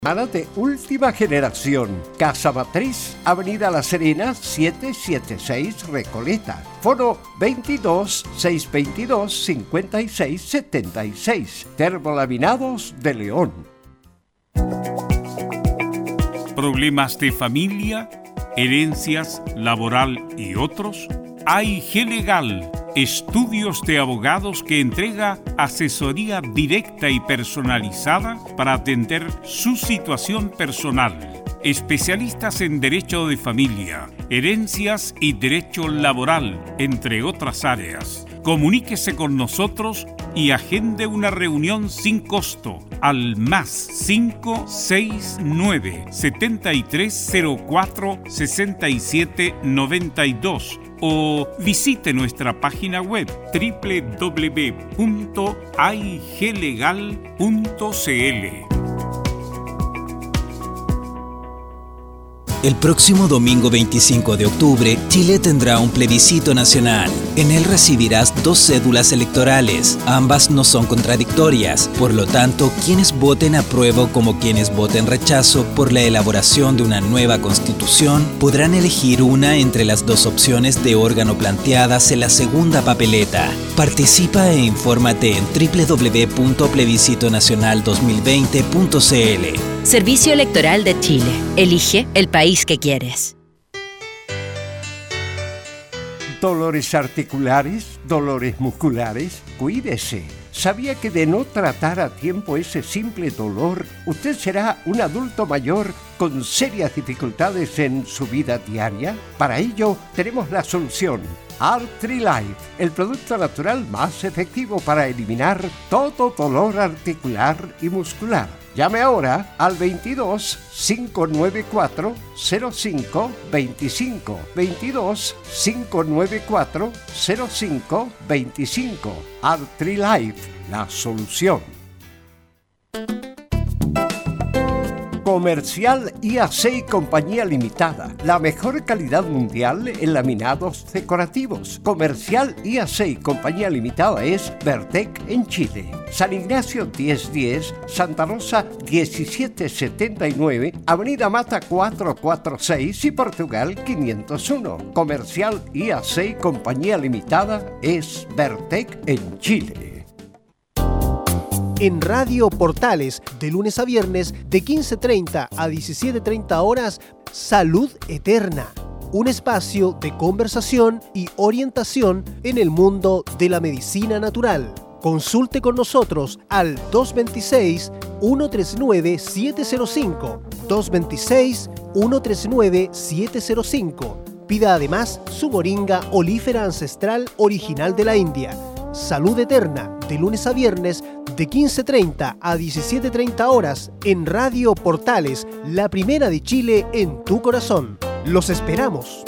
De última generación. Casa Matriz, Avenida La Serena, 776 Recoleta. Foro 22 622 5676. Termolaminados de León. ¿Problemas de familia, herencias, laboral y otros? AIG Legal, estudios de abogados que entrega asesoría directa y personalizada para atender su situación personal. Especialistas en derecho de familia, herencias y derecho laboral, entre otras áreas. Comuníquese con nosotros y agende una reunión sin costo al +569 7304 6792 o visite nuestra página web www.aiglegal.cl. El próximo domingo 25 de octubre, Chile tendrá un plebiscito nacional. En él recibirás 2 cédulas electorales. Ambas no son contradictorias. Por lo tanto, quienes voten apruebo como quienes voten rechazo por la elaboración de una nueva constitución podrán elegir una entre las 2 opciones de órgano planteadas en la segunda papeleta. Participa e infórmate en www.plebiscitonacional2020.cl. Servicio Electoral de Chile. Elige el país que quieres. Dolores articulares, dolores musculares, cuídese. ¿Sabía que de no tratar a tiempo ese simple dolor, usted será un adulto mayor con serias dificultades en su vida diaria? Para ello, tenemos la solución. Artrilife, el producto natural más efectivo para eliminar todo dolor articular y muscular. Llame ahora al 22 594 05 25. 22 594 05 25. Artrilife, la solución. Comercial IAC y Compañía Limitada. La mejor calidad mundial en laminados decorativos. Comercial IAC y Compañía Limitada es Vertec en Chile. San Ignacio 1010, Santa Rosa 1779, Avenida Mata 446 y Portugal 501. Comercial IAC y Compañía Limitada es Vertec en Chile. En Radio Portales, de lunes a viernes, de 15:30 a 17:30 horas, Salud Eterna. Un espacio de conversación y orientación en el mundo de la medicina natural. Consulte con nosotros al 226-139-705. 226-139-705. Pida además su moringa olífera ancestral original de la India. Salud Eterna, de lunes a viernes, de 15:30 a 17:30 horas, en Radio Portales, la primera de Chile en tu corazón. ¡Los esperamos!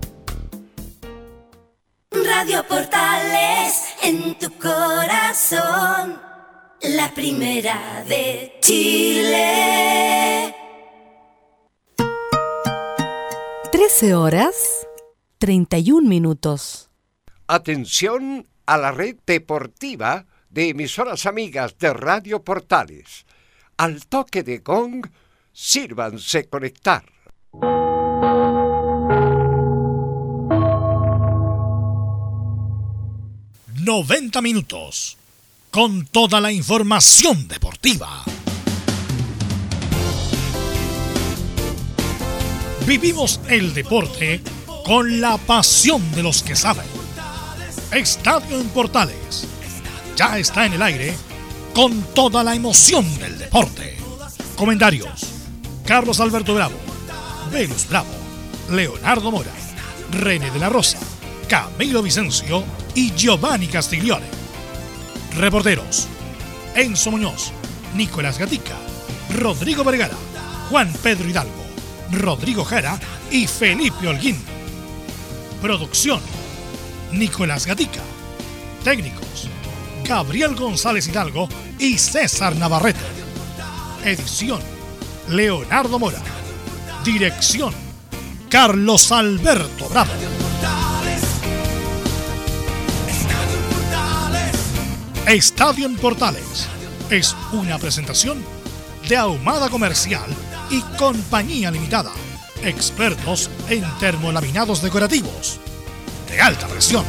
Radio Portales, en tu corazón, la primera de Chile. 13:31. Atención a la red deportiva de emisoras amigas de Radio Portales. Al toque de gong, sírvanse conectar. ...90 minutos... con toda la información deportiva. Vivimos el deporte con la pasión de los que saben. Estadio en Portales ya está en el aire con toda la emoción del deporte. Comentarios: Carlos Alberto Bravo, Venus Bravo, Leonardo Mora, René de la Rosa, Camilo Vicencio y Giovanni Castiglione. Reporteros: Enzo Muñoz, Nicolás Gatica, Rodrigo Vergara, Juan Pedro Hidalgo, Rodrigo Jara y Felipe Holguín. Producción: Nicolás Gatica. Técnicos: Gabriel González Hidalgo y César Navarrete. Edición: Leonardo Mora. Dirección: Carlos Alberto Bravo. Estadio en Portales es una presentación de Ahumada Comercial y Compañía Limitada. Expertos en termolaminados decorativos de alta presión.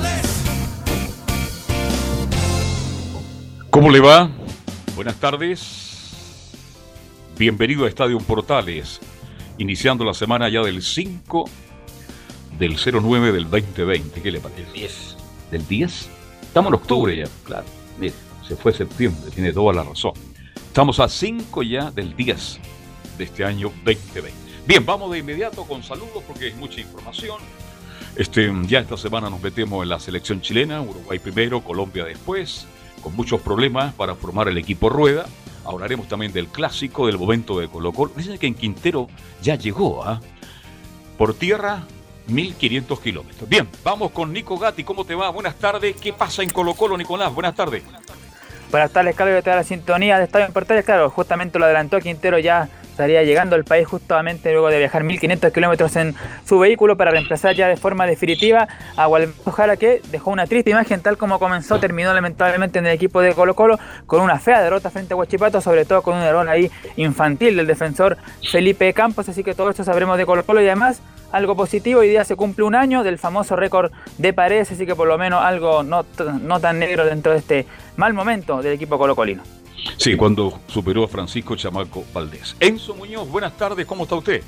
¿Cómo le va? Buenas tardes. Bienvenido a Estadio Portales. Iniciando la semana ya del 5 del 09 del 2020. ¿Qué le parece? ¿Del 10? ¿Del 10? Estamos en octubre ya, claro. Mire, se fue septiembre, tiene toda la razón. Estamos a 5 ya del 10 de este año 2020. Bien, vamos de inmediato con saludos porque hay mucha información. Ya esta semana nos metemos en la selección chilena, Uruguay primero, Colombia después, con muchos problemas para formar el equipo Rueda. Hablaremos también del clásico, del momento de Colo-Colo. Dicen que en Quintero ya llegó, por tierra, 1.500 kilómetros. Bien, vamos con Nico Gatti. ¿Cómo te va? Buenas tardes. ¿Qué pasa en Colo-Colo, Nicolás? Buenas tardes. Buenas tardes, Carlos, que te da la sintonía de Estadio en Portales. Claro, justamente lo adelantó Quintero, ya estaría llegando al país justamente luego de viajar 1.500 kilómetros en su vehículo para reemplazar ya de forma definitiva a Gualberto Jara, que dejó una triste imagen tal como comenzó, terminó lamentablemente en el equipo de Colo-Colo con una fea derrota frente a Huachipato, sobre todo con un error ahí infantil del defensor Felipe Campos, así que todo esto sabremos de Colo-Colo y además algo positivo, hoy día se cumple un año del famoso récord de Paredes, así que por lo menos algo no tan negro dentro de este mal momento del equipo colocolino. Sí, cuando superó a Francisco Chamaco Valdés. Enzo Muñoz, buenas tardes, ¿cómo está usted?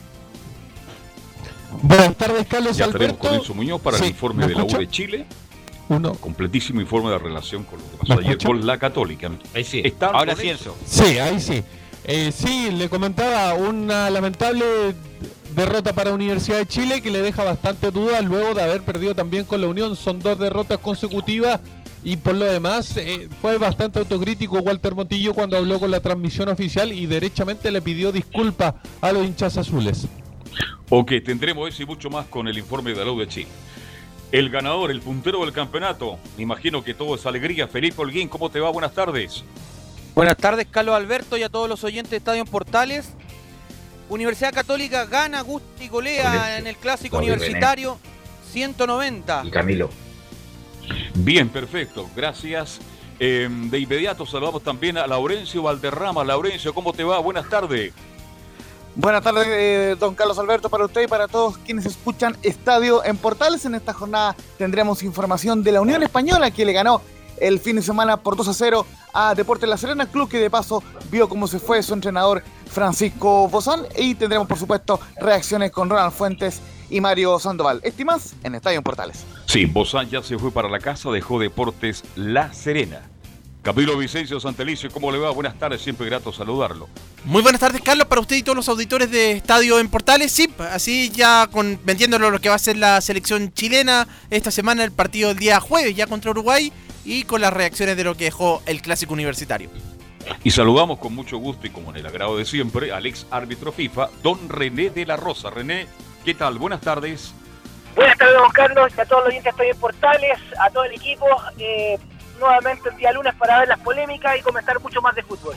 Buenas tardes, Carlos ya Alberto. Estaremos con Enzo Muñoz para el informe de la U de Chile. Completísimo informe de relación con lo que pasó ayer con la Católica. Ahí sí, ahora sí, Enzo. Sí, ahí sí. Sí, le comentaba una lamentable derrota para Universidad de Chile que le deja bastante dudas luego de haber perdido también con la Unión. Son 2 derrotas consecutivas y por lo demás fue bastante autocrítico Walter Montillo cuando habló con la transmisión oficial y derechamente le pidió disculpas a los hinchas azules. Ok, tendremos eso y mucho más con el informe de la U de Chile. El ganador, el puntero del campeonato, me imagino que todo es alegría. Felipe Holguín, ¿cómo te va? Buenas tardes. Buenas tardes, Carlos Alberto, y a todos los oyentes de Estadio en Portales. Universidad Católica gana, gusta y golea en el clásico universitario 190. Y Camilo. Bien, perfecto, gracias. De inmediato saludamos también a Laurencio Valderrama. Laurencio, ¿cómo te va? Buenas tardes. Buenas tardes, don Carlos Alberto, para usted y para todos quienes escuchan Estadio en Portales. En esta jornada tendremos información de la Unión Española, que le ganó el fin de semana por 2-0 a Deportes La Serena, club que de paso vio cómo se fue su entrenador Francisco Bozán, y tendremos por supuesto reacciones con Ronald Fuentes y Mario Sandoval. Estimas en Estadio en Portales. Sí, Bozán ya se fue para la casa, dejó Deportes La Serena. Camilo Vicencio Santelicio, ¿cómo le va? Buenas tardes, siempre grato saludarlo. Muy buenas tardes, Carlos, para usted y todos los auditores de Estadio en Portales. Sí, así ya vendiéndolo lo que va a ser la selección chilena esta semana, el partido del día jueves ya contra Uruguay, y con las reacciones de lo que dejó el clásico universitario. Y saludamos con mucho gusto y como en el agrado de siempre al ex árbitro FIFA, don René de la Rosa. René, ¿qué tal? Buenas tardes. Buenas tardes, don Carlos, a todos los oyentes de Estadio en Portales, a todo el equipo. Nuevamente el día lunes para ver las polémicas y comentar mucho más de fútbol.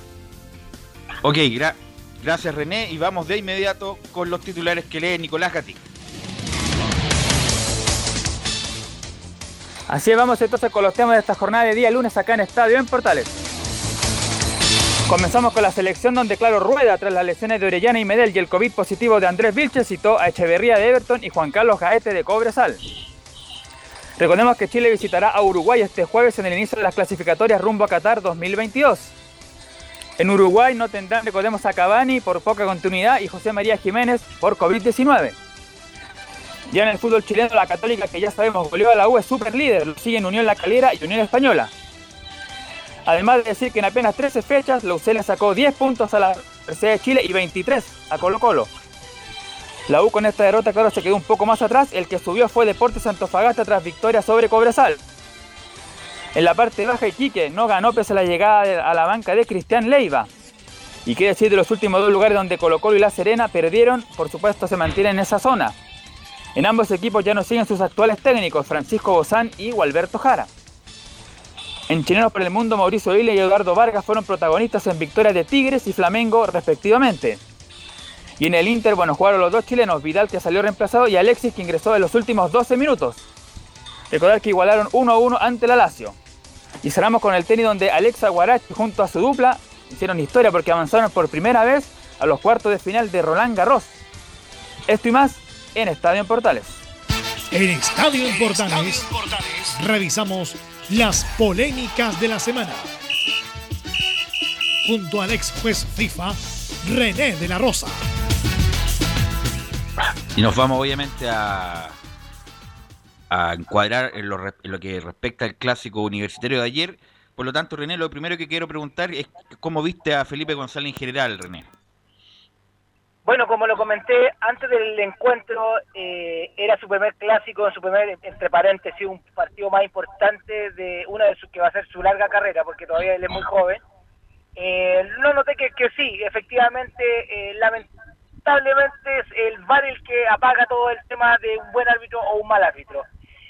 Ok, gracias René, y vamos de inmediato con los titulares que lee Nicolás Gatti. Así vamos entonces con los temas de esta jornada de día lunes acá en Estadio en Portales. Comenzamos con la selección donde Claro Rueda, tras las lesiones de Orellana y Medel y el COVID positivo de Andrés Vilches, citó a Echeverría de Everton y Juan Carlos Gaete de Cobresal. Recordemos que Chile visitará a Uruguay este jueves en el inicio de las clasificatorias rumbo a Qatar 2022. En Uruguay no tendrán, recordemos, a Cavani por poca continuidad y José María Jiménez por COVID-19. Ya en el fútbol chileno, la Católica, que ya sabemos goleó a la U, es super líder, lo siguen Unión La Calera y Unión Española. Además de decir que en apenas 13 fechas, la UC le sacó 10 puntos a la Universidad de Chile y 23 a Colo-Colo. La U con esta derrota, claro, se quedó un poco más atrás. El que subió fue Deportes Antofagasta tras victoria sobre Cobresal. En la parte baja, Iquique no ganó pese a la llegada a la banca de Cristian Leiva. Y qué decir de los últimos 2 lugares donde Colo-Colo y La Serena perdieron, por supuesto se mantienen en esa zona. En ambos equipos ya no siguen sus actuales técnicos, Francisco Bozán y Gualberto Jara. En Chilenos por el Mundo, Mauricio Isla y Eduardo Vargas fueron protagonistas en victorias de Tigres y Flamengo respectivamente. Y en el Inter, jugaron los 2 chilenos, Vidal, que salió reemplazado, y Alexis, que ingresó en los últimos 12 minutos. Recordar que igualaron 1-1 ante la Lazio. Y cerramos con el tenis, donde Alexa Guarachi junto a su dupla hicieron historia porque avanzaron por primera vez a los cuartos de final de Roland Garros. Esto y más en Estadio en Portales. En Estadio en Portales revisamos las polémicas de la semana. Junto al ex juez FIFA, René de la Rosa. Y nos vamos obviamente a encuadrar en lo que respecta al clásico universitario de ayer. Por lo tanto, René, lo primero que quiero preguntar es cómo viste a Felipe González en general, René. Bueno, como lo comenté antes del encuentro, era su primer clásico, su primer, entre paréntesis, un partido más importante de una de sus que va a ser su larga carrera, porque todavía él es muy joven. No noté que sí, efectivamente, lamentablemente es el VAR el que apaga todo el tema de un buen árbitro o un mal árbitro.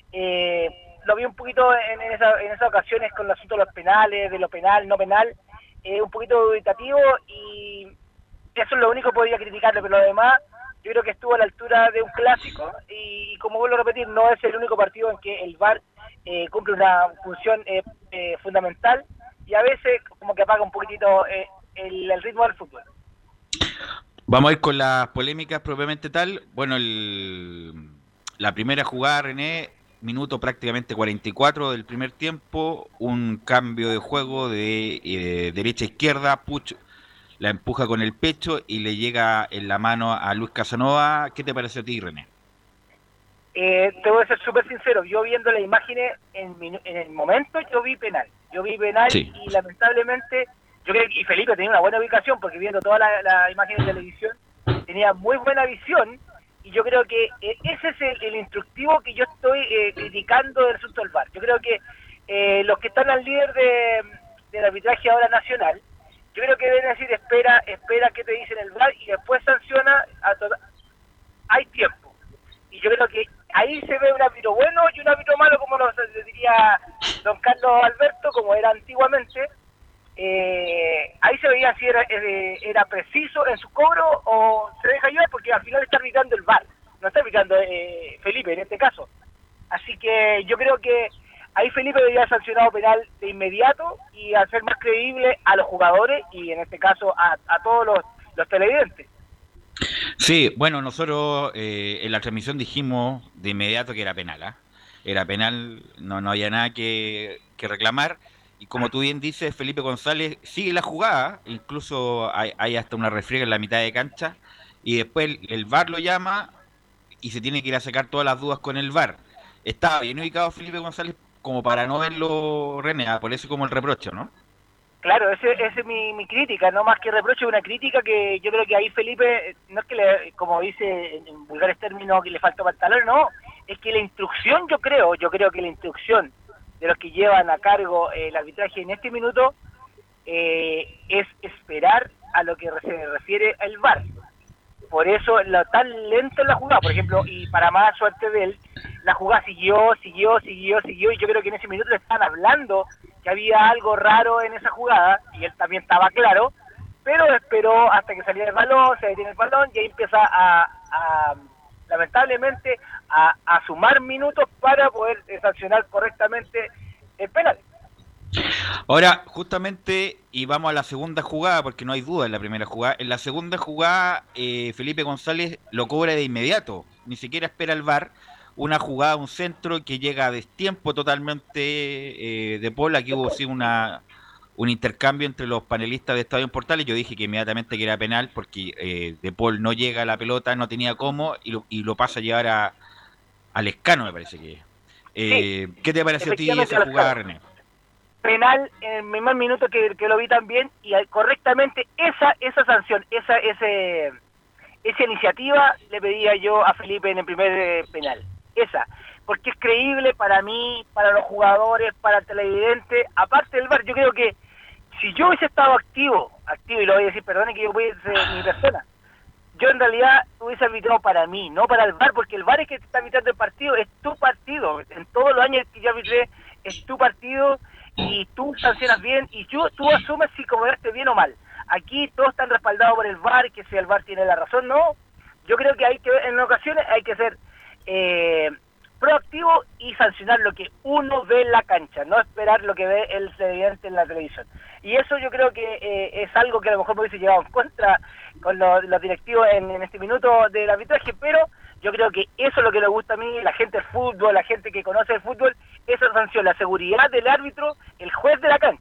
Lo vi un poquito en esas ocasiones con el asunto de los penales, de lo penal, no penal, un poquito dubitativo, y eso es lo único que podría criticarle, pero lo demás yo creo que estuvo a la altura de un clásico, y como vuelvo a repetir, no es el único partido en que el VAR cumple una función fundamental, y a veces como que apaga un poquitito el ritmo del fútbol. Vamos a ir con las polémicas propiamente tal. Bueno, la primera jugada, René, minuto prácticamente 44 del primer tiempo, un cambio de juego de derecha a izquierda, Puch la empuja con el pecho y le llega en la mano a Luis Casanova. ¿Qué te pareció a ti, René? Te voy a ser súper sincero, yo viendo las imágenes en el momento yo vi penal, sí. Y lamentablemente yo creo que Felipe tenía una buena ubicación, porque viendo todas las imágenes de televisión tenía muy buena visión, y yo creo que ese es el instructivo que yo estoy criticando del asunto del VAR. Yo creo que los que están al líder del arbitraje ahora nacional, yo creo que deben decir espera que te dicen el VAR y después sanciona hay tiempo. Y yo creo que ahí se ve un árbitro bueno y un árbitro malo, como lo diría don Carlos Alberto, como era antiguamente. Ahí se veía si era preciso en su cobro o se deja llevar, porque al final está arbitrando el VAR, no está arbitrando Felipe en este caso. Así que yo creo que ahí Felipe debería haber sancionado penal de inmediato y hacer más creíble a los jugadores y en este caso a todos los televidentes. Sí, bueno, nosotros en la transmisión dijimos de inmediato que era penal, ¿eh? Era penal, no había nada que reclamar. Y como tú bien dices, Felipe González sigue la jugada, incluso hay hasta una refriega en la mitad de cancha, y después el VAR lo llama y se tiene que ir a sacar todas las dudas con el VAR. Estaba bien ubicado Felipe González como para no verlo, René, por eso como el reproche, ¿no? Claro, ese es mi crítica, no más que reproche, una crítica que yo creo que ahí Felipe, no es que como dice en vulgares términos, que le faltó pantalón, no, es que la instrucción, yo creo que la instrucción de los que llevan a cargo el arbitraje en este minuto es esperar a lo que se refiere el VAR. Por eso lo tan lento en la jugada, por ejemplo, y para más suerte de él, la jugada siguió, y yo creo que en ese minuto le estaban hablando que había algo raro en esa jugada, y él también estaba claro, pero esperó hasta que saliera el balón, se detiene el balón, y ahí empieza lamentablemente a sumar minutos para poder sancionar correctamente el penal. Ahora, justamente, y vamos a la segunda jugada, porque no hay duda en la primera jugada. En la segunda jugada, Felipe González lo cobra de inmediato, ni siquiera espera el VAR. Una jugada, un centro que llega a destiempo totalmente de Paul. Aquí hubo sí un intercambio entre los panelistas de Estadio en Portales. Yo dije que inmediatamente que era penal, porque de Paul no llega a la pelota, no tenía cómo, y lo pasa a llevar al Escano, me parece que. Sí, ¿qué te pareció a ti esa jugada, René? Penal en el mismo minuto que lo vi también, y correctamente esa sanción, esa iniciativa le pedía yo a Felipe en el primer penal, porque es creíble para mí, para los jugadores, para el televidente, aparte del VAR. Yo creo que si yo hubiese estado activo, y lo voy a decir, perdone que yo voy a ser mi persona, yo en realidad hubiese arbitrado para mí, no para el VAR, porque el VAR es que te está arbitrando el partido, es tu partido, en todos los años que yo arbitré, es tu partido, y tú sancionas bien, y tú asumes si cobraste bien o mal. Aquí todos están respaldados por el VAR, que si el VAR tiene la razón, no. Yo creo que en ocasiones hay que ser proactivo y sancionar lo que uno ve en la cancha, no esperar lo que ve el televidente en la televisión. Y eso yo creo que es algo que a lo mejor me hubiese llevado en contra con los directivos en este minuto del arbitraje, pero yo creo que eso es lo que le gusta a mí, la gente del fútbol, la gente que conoce el fútbol, esa sanción, la seguridad del árbitro, el juez de la cancha.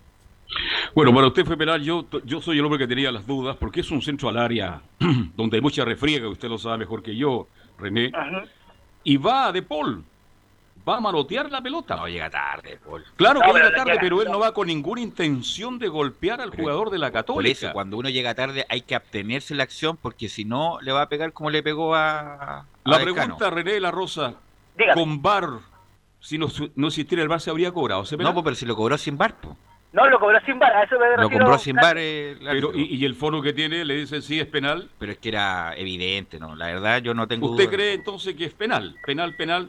Bueno, para usted fue penal, yo soy el hombre que tenía las dudas, porque es un centro al área donde hay mucha refriega, usted lo sabe mejor que yo, René, y va De Paul, va a manotear la pelota. No, llega tarde, Paul. Claro que llega tarde, pero él no va con ninguna intención de golpear al jugador de la Católica. Por eso, cuando uno llega tarde hay que abstenerse de la acción, porque si no, le va a pegar como le pegó a La Descano. pregunta, René La Rosa, dígame. con VAR, si no existiera el VAR, ¿se habría cobrado? No, pero si lo cobró sin VAR, po. No, lo cobró sin VAR, a eso me refiero. Lo compró sin VAR. Pero, y el fono que tiene le dice sí es penal. Pero es que era evidente, ¿no? La verdad yo no tengo ¿Usted duda. cree entonces que es penal? Penal. Penal,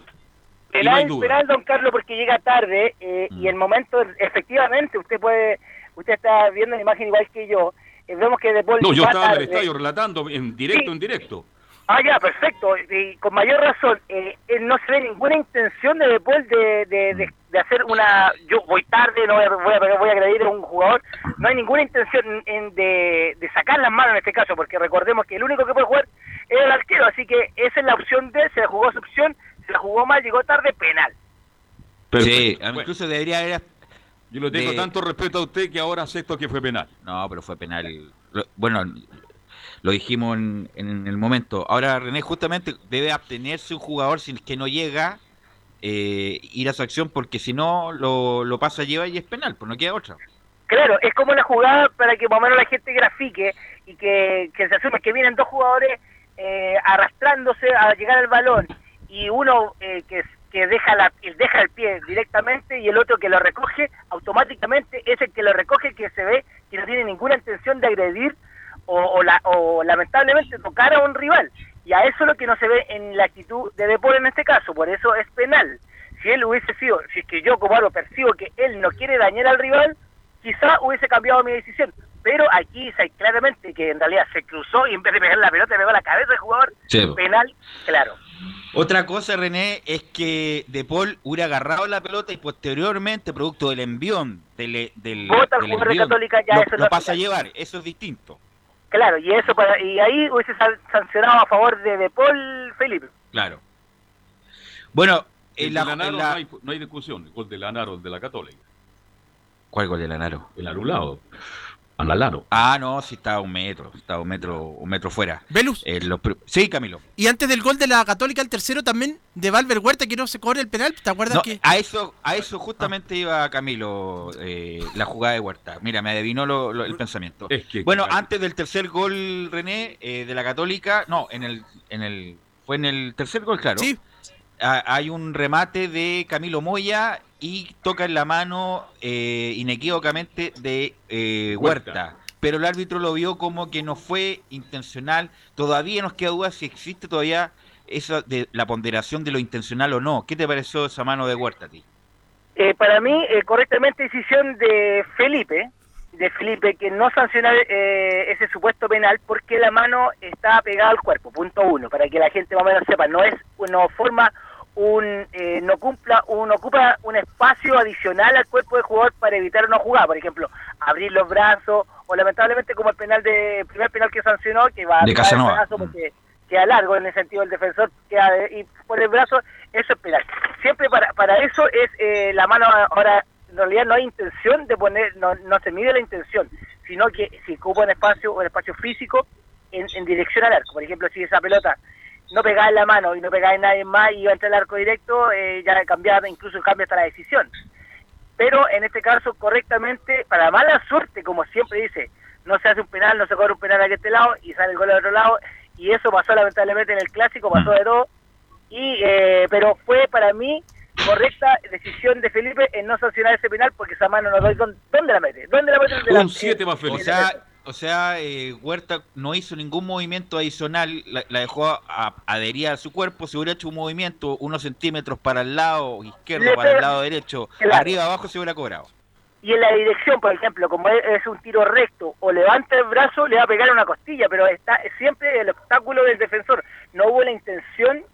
No penal, don Carlos, porque llega tarde y el momento, efectivamente, usted está viendo la imagen igual que yo, vemos que De Paul No, yo va estaba en el tarde. estadio relatando en directo, Sí. en directo. Ah, ya, perfecto. Y con mayor razón, no se ve ninguna intención de Paul de hacer una... Yo voy tarde, no voy a agredir a un jugador. No hay ninguna intención de sacar las manos en este caso, porque recordemos que el único que puede jugar es el arquero. Así que esa es la opción de él, se la jugó su opción, se la jugó mal, llegó tarde, penal. Sí, incluso debería haber... Yo le tengo tanto respeto a usted que ahora acepto que fue penal. No, pero fue penal. Bueno, lo dijimos en el momento. Ahora, René, justamente debe abstenerse un jugador si es que no llega ir a su acción, porque si no lo pasa a llevar y es penal, pues no queda otra. Claro, es como la jugada para que más o menos la gente grafique y que se asume que vienen dos jugadores arrastrándose a llegar al balón y uno que deja el pie directamente y el otro que lo recoge, automáticamente es el que lo recoge, que se ve que no tiene ninguna intención de agredir o lamentablemente tocar a un rival, y a eso es lo que no se ve en la actitud de De Paul en este caso, por eso es penal. Si él hubiese sido, si es que yo como algo percibo que él no quiere dañar al rival, quizá hubiese cambiado mi decisión, pero aquí se claramente que en realidad se cruzó y en vez de pegar la pelota le pegó la cabeza del jugador, sí. Penal, claro. Otra cosa, René, es que De Paul hubiera agarrado la pelota y posteriormente, producto del envión del Vota al jugador de Católica, ya eso lo pasa a llevar, eso es distinto. Claro, y ahí hubiese sancionado a favor de Paul Felipe. Claro. Bueno, no hay discusión, el gol de Lanaro, de la Católica. ¿Cuál gol de Lanaro? El anulado. Lanaro. Ah, no, sí estaba un metro fuera. ¿Velus? Sí, Camilo. Y antes del gol de la Católica, el tercero también de Valver Huerta, que no se cobre el penal, ¿te acuerdas? No, que a eso justamente iba Camilo, la jugada de Huerta. Mira, me adivinó el pensamiento. Bueno, antes del tercer gol, René, de la Católica, no, fue en el tercer gol, claro. Sí. Hay un remate de Camilo Moya y toca en la mano inequívocamente de Huerta. Pero el árbitro lo vio como que no fue intencional. Todavía nos queda duda si existe todavía esa de la ponderación de lo intencional o no. ¿Qué te pareció esa mano de Huerta a ti? Para mí, correctamente decisión de Felipe, que no sancionó ese supuesto penal porque la mano estaba pegada al cuerpo, punto uno, para que la gente más o menos sepa, no ocupa un espacio adicional al cuerpo del jugador para evitar una jugada, por ejemplo, abrir los brazos, o lamentablemente como el primer penal que sancionó, que va a el brazo porque queda largo en el sentido del defensor, y por el brazo, eso es penal. Siempre para eso es la mano. Ahora, en realidad no hay intención de poner, no se mide la intención, sino que si ocupa un espacio físico en dirección al arco. Por ejemplo, si esa pelota no pegaba en la mano y no pegaba en nadie más y iba a entrar al arco directo, ya cambiaba, incluso cambia hasta la decisión. Pero en este caso, correctamente, para mala suerte, como siempre dice, no se hace un penal, no se cobra un penal aquí a este lado y sale el gol al otro lado, y eso pasó lamentablemente en el Clásico, pasó de todo, pero fue para mí correcta decisión de Felipe en no sancionar ese penal, porque esa mano no doy ¿dónde la mete? Un 7 más Felipe. O sea, Huerta no hizo ningún movimiento adicional, la dejó adherida a su cuerpo. Si hubiera hecho un movimiento unos centímetros para el lado izquierdo, para el lado derecho, claro, arriba, abajo, se hubiera cobrado. Y en la dirección, por ejemplo, como es un tiro recto o levanta el brazo, le va a pegar una costilla, pero está siempre el obstáculo del defensor. No hubo la intención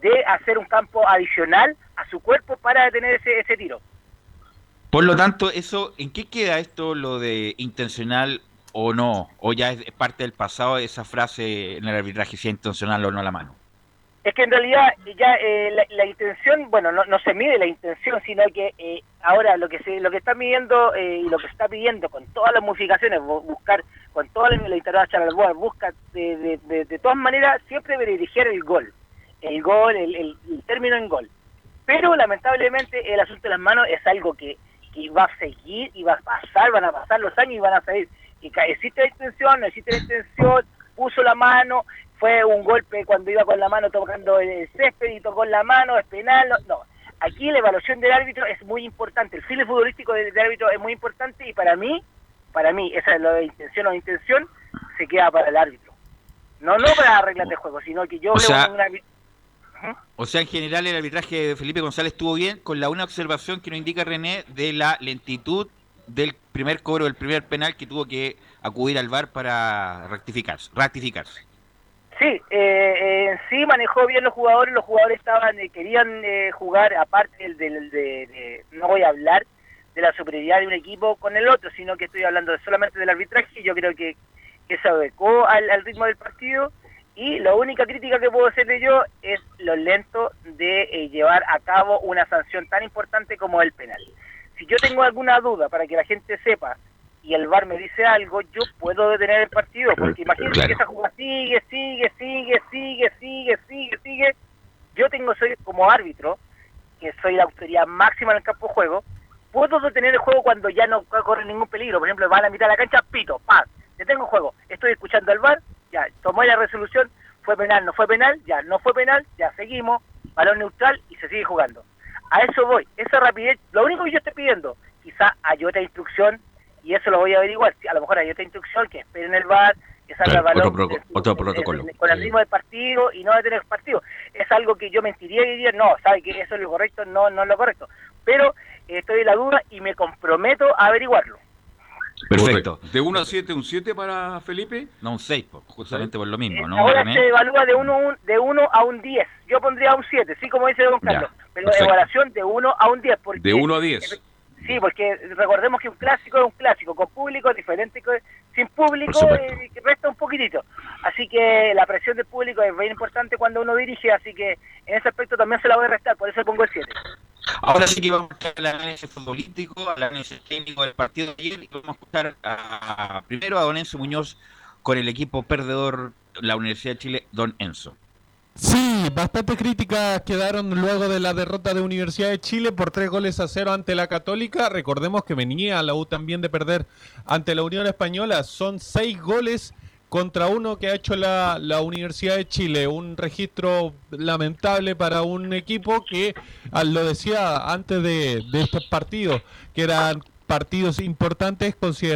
de hacer un campo adicional a su cuerpo para detener ese tiro. Por lo tanto, eso, ¿en qué queda esto, lo de intencional o no? ¿O ya es parte del pasado esa frase en el arbitraje, si es intencional o no la mano? Es que en realidad ya la intención, bueno, no se mide la intención, sino que ahora lo que está midiendo y lo que se está pidiendo con todas las modificaciones, buscar con toda la international board, busca de todas maneras siempre dirigir el gol, el término en gol. Pero lamentablemente el asunto de las manos es algo que va a seguir y va a pasar, van a pasar los años y van a salir. Y existe la intención, no existe la intención, puso la mano, fue un golpe cuando iba con la mano tocando el césped y tocó la mano, es penal, no. Aquí la evaluación del árbitro es muy importante, el feeling futbolístico del árbitro es muy importante y para mí, esa es lo de intención o intención, se queda para el árbitro. No para las reglas de juego, sino que yo veo un árbitro. O sea, en general el arbitraje de Felipe González estuvo bien, con la una observación que nos indica René de la lentitud del primer cobro, del primer penal que tuvo que acudir al VAR para ratificarse. Sí, sí manejó bien los jugadores querían jugar, aparte no voy a hablar de la superioridad de un equipo con el otro, sino que estoy hablando solamente del arbitraje. Yo creo que se adecuó al ritmo del partido. Y la única crítica que puedo hacerle yo es lo lento de llevar a cabo una sanción tan importante como el penal. Si yo tengo alguna duda para que la gente sepa y el VAR me dice algo, yo puedo detener el partido, porque imagínense que esa jugada sigue. Yo soy como árbitro, que soy la autoridad máxima en el campo de juego, puedo detener el juego cuando ya no corre ningún peligro. Por ejemplo, va a la mitad de la cancha, pito, ¡pam! Detengo el juego, estoy escuchando al VAR, ya, tomó la resolución, fue penal, no fue penal, ya, no fue penal, ya, seguimos, balón neutral y se sigue jugando. A eso voy, esa rapidez, lo único que yo estoy pidiendo, quizá hay otra instrucción, y eso lo voy a averiguar, a lo mejor hay otra instrucción, que esperen el VAR, que salga el balón otro protocolo con el ritmo del partido y no detener el partido. Es algo que yo mentiría y diría, no, sabe que eso es lo correcto, no es lo correcto. Pero estoy en la duda y me comprometo a averiguarlo. Perfecto. ¿De 1 a 7, un 7 para Felipe? No, un 6, justamente por lo mismo, ¿no? Ahora se evalúa de 1 a un 10. Yo pondría un 7, sí, como dice don Carlos. Pero la evaluación de 1 a un 10. Porque, de 1 a 10. Sí, porque recordemos que un clásico es un clásico. Con público es diferente. Sin público resta un poquitito. Así que la presión del público es bien importante cuando uno dirige. Así que en ese aspecto también se la voy a restar. Por eso pongo el 7. Ahora sí que vamos a escuchar el análisis futbolístico, el análisis técnico del partido de ayer, y vamos a escuchar primero a don Enzo Muñoz con el equipo perdedor, la Universidad de Chile, don Enzo. Sí, bastante críticas quedaron luego de la derrota de Universidad de Chile por 3-0 ante la Católica. Recordemos que venía la U también de perder ante la Unión Española. Son 6 goles contra 1 que ha hecho la Universidad de Chile. Un registro lamentable para un equipo que, lo decía antes de estos partidos, que eran partidos importantes,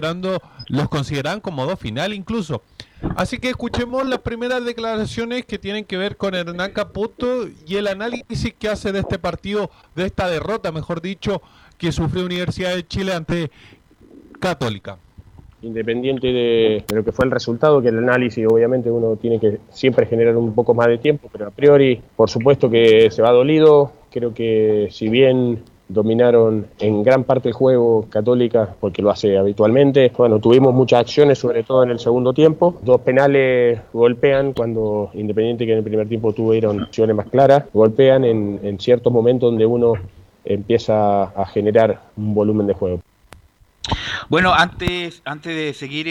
los consideran como 2 finales incluso. Así que escuchemos las primeras declaraciones que tienen que ver con Hernán Caputo y el análisis que hace de este partido, de esta derrota, mejor dicho, que sufrió Universidad de Chile ante Católica. Independiente de lo que fue el resultado, que el análisis obviamente uno tiene que siempre generar un poco más de tiempo, pero a priori por supuesto que se va dolido. Creo que si bien dominaron en gran parte el juego Católica, porque lo hace habitualmente, bueno, tuvimos muchas acciones, sobre todo en el segundo tiempo. 2 penales golpean cuando Independiente, que en el primer tiempo tuvieron acciones más claras, golpean en ciertos momentos donde uno empieza a generar un volumen de juego. Bueno, antes de seguir,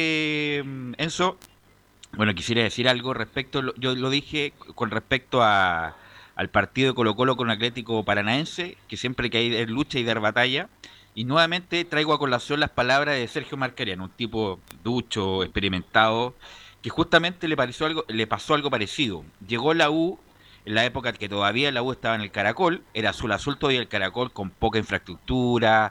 Enzo, bueno, quisiera decir algo respecto, yo lo dije con respecto al partido de Colo-Colo con Atlético Paranaense, que siempre que hay lucha y dar batalla, y nuevamente traigo a colación las palabras de Sergio Markarian, un tipo ducho, experimentado, que justamente le pasó algo parecido. Llegó la U en la época que todavía la U estaba en el Caracol, era azul todavía el Caracol, con poca infraestructura,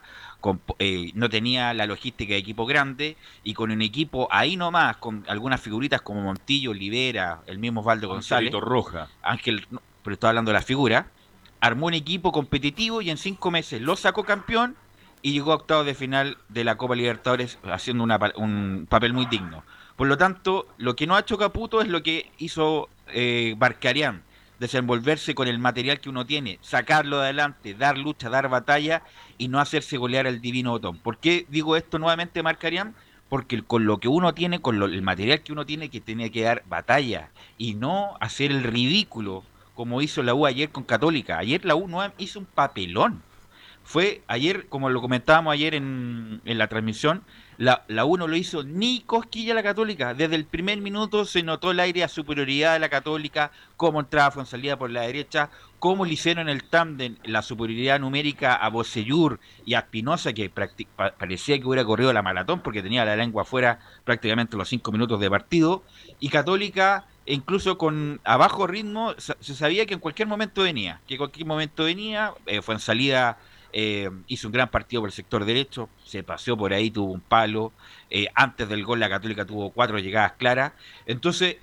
no tenía la logística de equipo grande, y con un equipo ahí nomás, con algunas figuritas como Montillo, Olivera, el mismo Osvaldo González, Roja, Ángel, pero estoy hablando de la figura, armó un equipo competitivo y en 5 meses lo sacó campeón y llegó a octavos de final de la Copa Libertadores haciendo un papel muy digno. Por lo tanto, lo que no ha hecho Caputo es lo que hizo Markarian, desenvolverse con el material que uno tiene, sacarlo adelante, dar lucha, dar batalla y no hacerse golear al Divino Botón. ¿Por qué digo esto nuevamente, Marcarián? Porque con lo que uno tiene, el material que uno tiene, que tiene que dar batalla y no hacer el ridículo como hizo la U ayer con Católica. Ayer la U no hizo un papelón. Fue ayer, como lo comentábamos ayer en la transmisión, la U no lo hizo ni cosquilla a la Católica. Desde el primer minuto se notó el aire a superioridad de la Católica, cómo entraba Fuenzalida por la derecha, cómo le hicieron el tándem, la superioridad numérica a Bocellur y a Espinosa, que parecía que hubiera corrido la maratón porque tenía la lengua afuera prácticamente los 5 minutos de partido. Y Católica, incluso a bajo ritmo, se sabía que en cualquier momento venía, Fuenzalida hizo un gran partido por el sector derecho, se paseó por ahí, tuvo un palo, antes del gol la Católica tuvo 4 llegadas claras. Entonces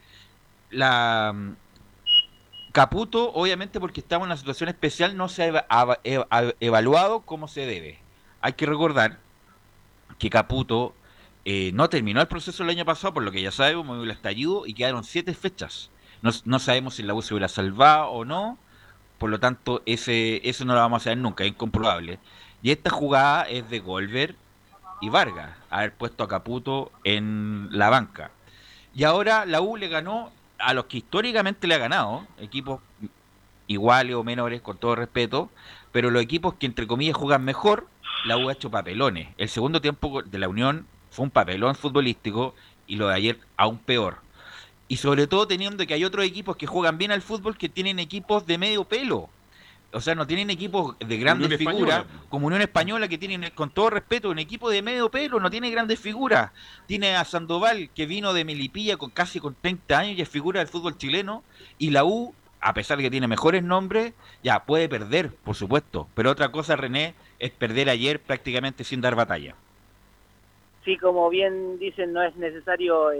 Caputo, obviamente porque estaba en una situación especial, no se ha evaluado como se debe. Hay que recordar que Caputo no terminó el proceso el año pasado, por lo que ya sabemos, movió el estallido y quedaron 7 fechas. No sabemos si la U se hubiera salvado o no. Por lo tanto, eso no lo vamos a saber nunca, es incomprobable. Y esta jugada es de Golver y Vargas, haber puesto a Caputo en la banca. Y ahora la U le ganó a los que históricamente le ha ganado, equipos iguales o menores, con todo respeto, pero los equipos que entre comillas juegan mejor, la U ha hecho papelones. El segundo tiempo de la Unión fue un papelón futbolístico y lo de ayer aún peor. Y sobre todo teniendo que hay otros equipos que juegan bien al fútbol que tienen equipos de medio pelo. O sea, no tienen equipos de grandes figuras, como Unión Española, que tienen, con todo respeto, un equipo de medio pelo, no tiene grandes figuras. Tiene a Sandoval, que vino de Melipilla casi con 30 años y es figura del fútbol chileno. Y la U, a pesar de que tiene mejores nombres, ya puede perder, por supuesto. Pero otra cosa, René, es perder ayer prácticamente sin dar batalla. Sí, como bien dicen, no es necesario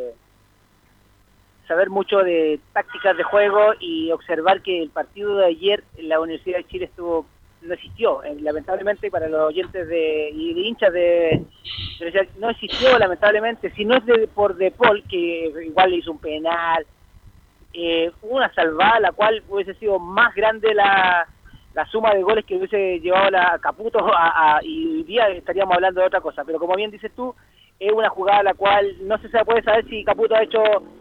saber mucho de tácticas de juego y observar que el partido de ayer en la Universidad de Chile no existió. Lamentablemente para los oyentes y de hinchas de no existió, lamentablemente. Si no es por De Paul, que igual le hizo un penal, una salvada, la cual hubiese sido más grande la suma de goles que hubiese llevado la Caputo y hoy día estaríamos hablando de otra cosa. Pero como bien dices tú, es una jugada la cual no se puede saber si Caputo ha hecho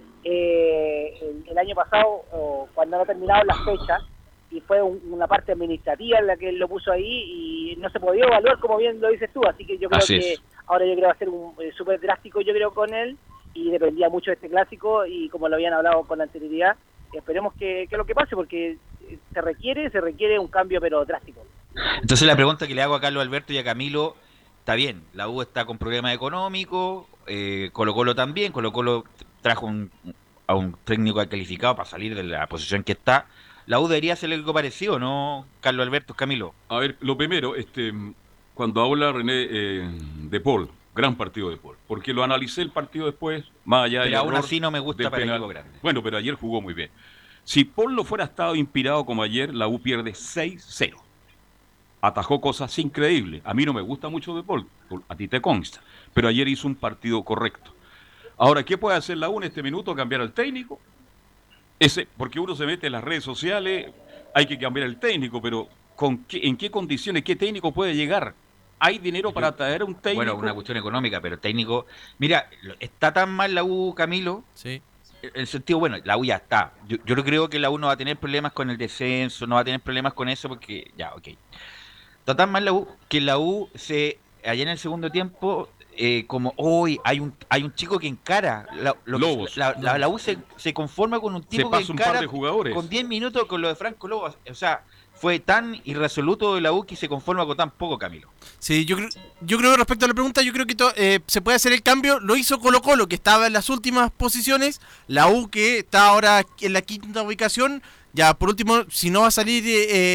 el año pasado o cuando no terminaron las fechas, y fue una parte administrativa en la que él lo puso ahí y no se podía evaluar, como bien lo dices tú. Así que yo creo que ahora va a ser un súper drástico, yo creo, con él, y dependía mucho de este clásico, y como lo habían hablado con anterioridad, esperemos que lo que pase, porque se requiere un cambio pero drástico. Entonces la pregunta que le hago a Carlos Alberto y a Camilo, está bien, la U está con problemas económicos, Colo-Colo también, Colo-Colo trajo a un técnico calificado para salir de la posición que está. La U debería hacer algo parecido, ¿no, Carlos Alberto, Camilo? A ver, lo primero, cuando habla René de Paul, gran partido de Paul, porque lo analicé el partido después, más allá pero aún así no me gusta para el equipo grande. Bueno, pero ayer jugó muy bien. Si Paul no fuera estado inspirado como ayer, la U pierde 6-0. Atajó cosas increíbles. A mí no me gusta mucho de Paul, a ti te consta, pero ayer hizo un partido correcto. Ahora, ¿qué puede hacer la U en este minuto? ¿Cambiar al técnico? Porque uno se mete en las redes sociales, hay que cambiar el técnico, pero ¿en qué condiciones, qué técnico puede llegar? ¿Hay dinero para traer a un técnico? Bueno, una cuestión económica, pero el técnico... Mira, está tan mal la U, Camilo, sí. En el sentido, bueno, la U ya está. Yo no creo que la U no va a tener problemas con el descenso, no va a tener problemas con eso, porque ya, ok. Está tan mal la U, que la U allá en el segundo tiempo... como hoy hay un chico que encara Lobos. La U se conforma con un tipo que encara un par de jugadores. Con 10 minutos con lo de Franco Lobos. O sea, fue tan irresoluto de la U que se conforma con tan poco, Camilo. Sí, yo creo respecto a la pregunta, yo creo que se puede hacer el cambio. Lo hizo Colo-Colo, que estaba en las últimas posiciones. La U, que está ahora en la quinta ubicación. Ya, por último, si no va a salir...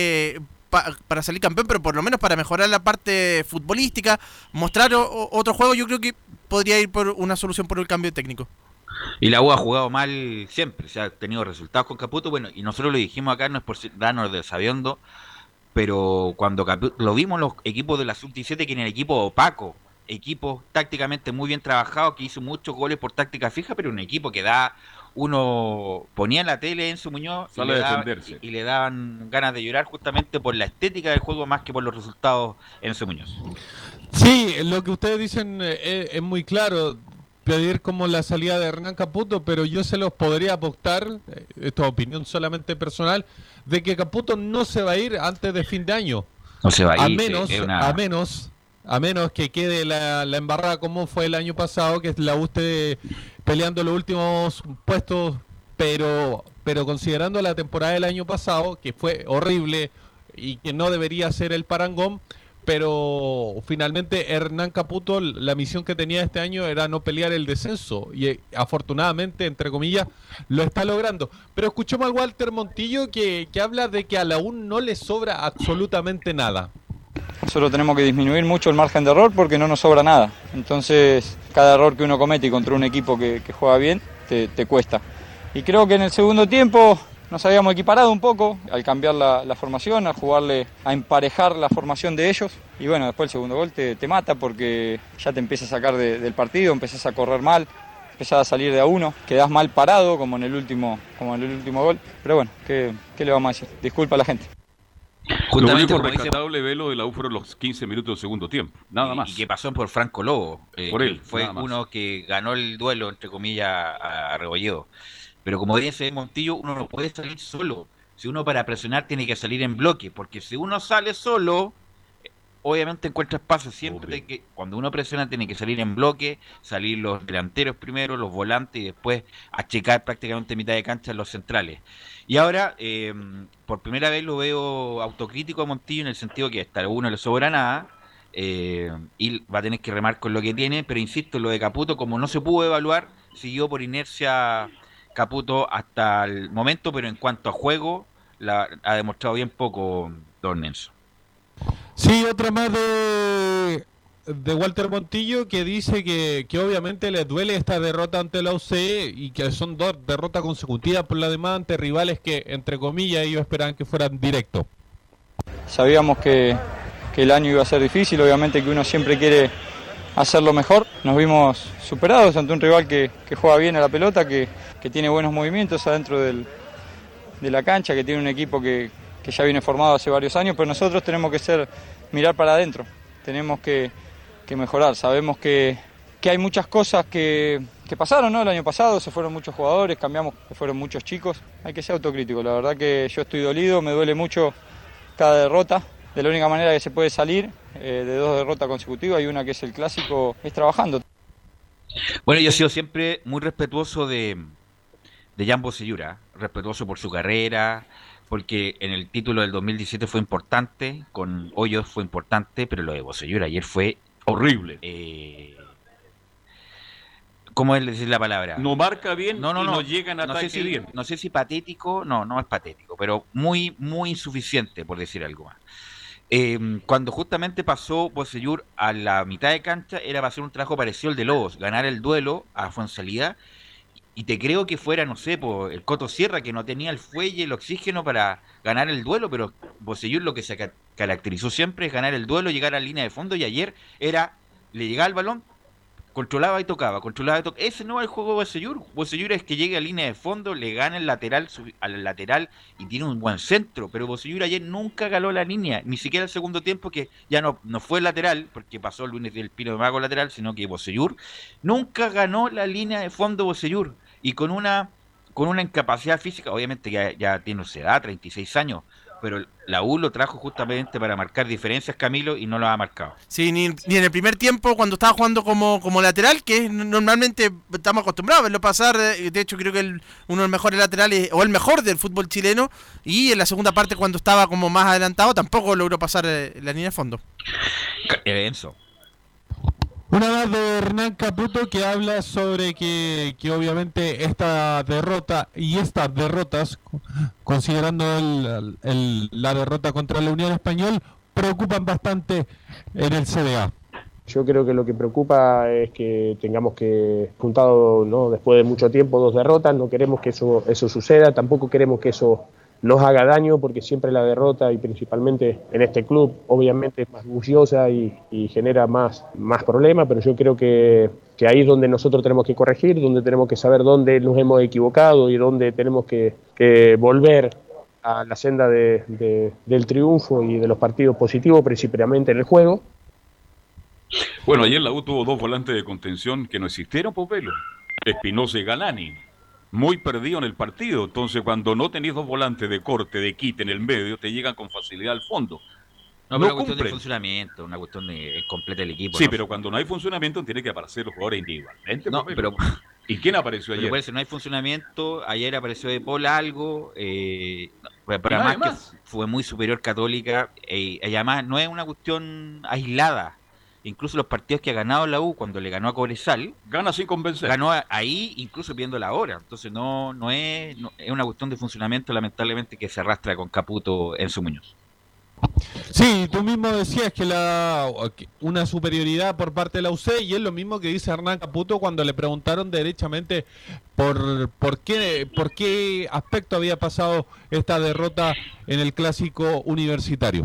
para salir campeón, pero por lo menos para mejorar la parte futbolística, mostrar otro juego, yo creo que podría ir por una solución por el cambio técnico. Y la U ha jugado mal siempre, se ha tenido resultados con Caputo, bueno, y nosotros lo dijimos acá, no es por darnos de sabiendo, pero cuando lo vimos los equipos de la Sub-17, que eran equipos opacos, equipos tácticamente muy bien trabajados, que hizo muchos goles por táctica fija, pero un equipo que da uno ponía la tele en su Muñoz y le daban ganas de llorar justamente por la estética del juego más que por los resultados en su Muñoz. Sí, lo que ustedes dicen es muy claro, pedir como la salida de Hernán Caputo, pero yo se los podría apostar, esto es opinión solamente personal, de que Caputo no se va a ir antes de fin de año. No se va a ir, a menos que quede la embarrada como fue el año pasado, que la U esté peleando los últimos puestos, pero considerando la temporada del año pasado, que fue horrible y que no debería ser el parangón, pero finalmente Hernán Caputo, la misión que tenía este año era no pelear el descenso, y afortunadamente, entre comillas, lo está logrando. Pero escuchemos al Walter Montillo que habla de que a la U no le sobra absolutamente nada. Nosotros tenemos que disminuir mucho el margen de error porque no nos sobra nada. Entonces, cada error que uno comete y contra un equipo que juega bien, te cuesta. Y creo que en el segundo tiempo nos habíamos equiparado un poco al cambiar la formación, a emparejar la formación de ellos. Y bueno, después el segundo gol te mata porque ya te empieza a sacar del partido, empezás a correr mal, empezás a salir de a uno, quedás mal parado como en el último gol. Pero bueno, ¿qué le vamos a decir? Disculpa a la gente. Justamente lo único rescatable de la U fueron los 15 minutos del segundo tiempo, nada más. Y que pasó por Franco Lobo, por él, fue uno que ganó el duelo, entre comillas, a Rebolledo. Pero como dice Montillo, uno no puede salir solo. Si uno para presionar tiene que salir en bloque, porque si uno sale solo, obviamente encuentra espacio. Siempre que cuando uno presiona tiene que salir en bloque, salir los delanteros primero, los volantes y después achicar prácticamente mitad de cancha los centrales. Y ahora, por primera vez lo veo autocrítico a Montillo en el sentido que hasta a uno le sobra nada y va a tener que remar con lo que tiene, pero insisto, lo de Caputo, como no se pudo evaluar, siguió por inercia Caputo hasta el momento, pero en cuanto a juego, ha demostrado bien poco Don Nelson. Sí, otra más de Walter Montillo, que dice que obviamente les duele esta derrota ante la UC y que son 2 derrotas consecutivas por la demás ante rivales que, entre comillas, ellos esperaban que fueran directos. Sabíamos que el año iba a ser difícil, obviamente que uno siempre quiere hacerlo mejor. Nos vimos superados ante un rival que juega bien a la pelota, que tiene buenos movimientos adentro de la cancha, que tiene un equipo que ya viene formado hace varios años, pero nosotros tenemos que mirar para adentro, tenemos que mejorar. Sabemos que hay muchas cosas que pasaron, ¿no? El año pasado se fueron muchos jugadores, cambiamos, se fueron muchos chicos, hay que ser autocrítico. La verdad que yo estoy dolido, me duele mucho cada derrota. De la única manera que se puede salir de 2 derrotas consecutivas y una que es el clásico es trabajando. Bueno, yo he sido siempre muy respetuoso de Jan Bocellura, respetuoso por su carrera, porque en el título del 2017 fue importante, con Hoyos fue importante, pero lo de Bocellura ayer fue horrible. ¿Cómo es decir la palabra? No marca bien y no llega en ataque bien. No sé si patético, no es patético, pero muy, muy insuficiente, por decir algo más. Cuando justamente pasó Bocellur a la mitad de cancha, era para hacer un trabajo parecido al de Lobos, ganar el duelo a Fuensalida. Y te creo que fuera, no sé, el Coto Sierra, que no tenía el fuelle, el oxígeno para ganar el duelo, pero Bocellur lo que se caracterizó siempre es ganar el duelo, llegar a la línea de fondo, y ayer le llegaba el balón, controlaba y tocaba. Ese no es el juego de Bocellur. Bocellur es que llegue a línea de fondo, le gana el lateral al lateral y tiene un buen centro, pero Bocellur ayer nunca ganó la línea, ni siquiera el segundo tiempo, que ya no fue lateral, porque pasó el Lunes del Pino de Mago lateral, sino que Bocellur nunca ganó la línea de fondo Bocellur. Y con una incapacidad física, obviamente ya tiene su edad, 36 años, pero la U lo trajo justamente para marcar diferencias, Camilo, y no lo ha marcado. Sí, ni en el primer tiempo cuando estaba jugando como lateral, que normalmente estamos acostumbrados a verlo pasar, de hecho creo que uno de los mejores laterales, o el mejor del fútbol chileno, y en la segunda parte cuando estaba como más adelantado tampoco logró pasar la línea de fondo. Enzo. Una más de Hernán Caputo, que habla sobre que obviamente esta derrota y estas derrotas, considerando la derrota contra la Unión Español, preocupan bastante en el CDA. Yo creo que lo que preocupa es que tengamos que juntado, ¿no?, después de mucho tiempo 2 derrotas. No queremos que eso suceda, tampoco queremos que eso nos haga daño, porque siempre la derrota, y principalmente en este club, obviamente es más bulliciosa y genera más problemas, pero yo creo que ahí es donde nosotros tenemos que corregir, donde tenemos que saber dónde nos hemos equivocado y dónde tenemos que volver a la senda del triunfo y de los partidos positivos, principalmente en el juego. Bueno, ayer la U tuvo 2 volantes de contención que no existieron, Popelo, Espinosa y Galani, muy perdido en el partido. Entonces, cuando no tenés 2 volantes de corte, de quite en el medio, te llegan con facilidad al fondo. No, pero una cuestión de funcionamiento, una cuestión de completa el equipo. Sí, ¿no? Pero cuando no hay funcionamiento, tiene que aparecer los jugadores individualmente. No, pero ¿y quién apareció ayer? Pero si no hay funcionamiento, ayer apareció De Paul algo, pero además que fue muy superior Católica, y además no es una cuestión aislada. Incluso los partidos que ha ganado la U, cuando le ganó a Cobresal, gana sin convencer. Ganó ahí, incluso pidiendo la hora. Entonces no es una cuestión de funcionamiento, lamentablemente, que se arrastra con Caputo en su Muñoz. Sí, tú mismo decías que una superioridad por parte de la UC, y es lo mismo que dice Hernán Caputo cuando le preguntaron derechamente por qué aspecto había pasado esta derrota en el clásico universitario.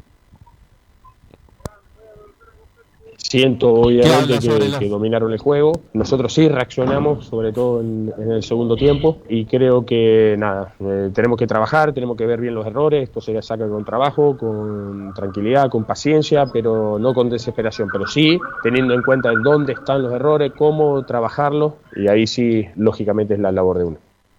Siento obviamente que dominaron el juego. Nosotros sí reaccionamos, sobre todo en el segundo tiempo, y creo que tenemos que trabajar, tenemos que ver bien los errores. Esto se saca con trabajo, con tranquilidad, con paciencia, pero no con desesperación, pero sí teniendo en cuenta en dónde están los errores, cómo trabajarlos, y ahí sí, lógicamente, es la labor de uno.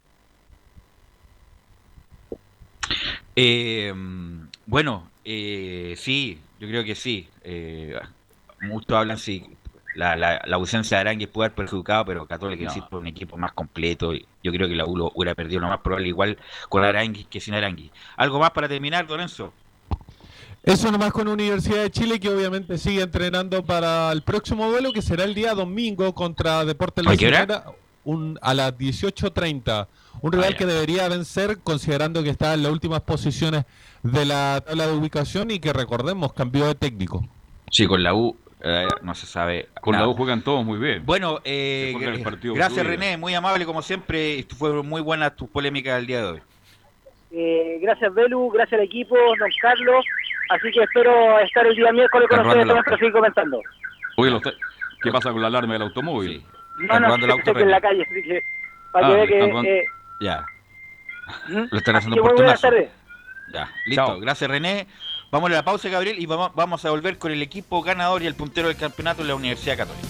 Sí, yo creo que sí. Muchos hablan la ausencia de Aránguiz puede haber perjudicado, pero Católica insisto, un equipo más completo. Yo creo que la U lo hubiera perdido lo más probable, igual con Aránguiz que sin Aránguiz. ¿Algo más para terminar, don Enzo? Eso nomás con Universidad de Chile, que obviamente sigue entrenando para el próximo duelo, que será el día domingo contra Deportes La Serena, a las 18:30. Un rival que debería vencer, considerando que está en las últimas posiciones de la tabla de ubicación y que, recordemos, cambió de técnico. Sí, con la U no se sabe. Con la U juegan todos muy bien. Bueno, gracias René, muy amable como siempre. Fue muy buena tu polémica del día de hoy. Gracias Belu, gracias al equipo, don Carlos. Así que espero estar el día miércoles con ustedes para seguir comentando. Oye, ¿qué pasa con la alarma del automóvil? Sí. No, estoy en la calle, así que para que vea que... Ya. Lo están haciendo por buenas tardes. Ya, listo. Chao. Gracias René. Vamos a la pausa, Gabriel, y vamos a volver con el equipo ganador y el puntero del campeonato de la Universidad Católica.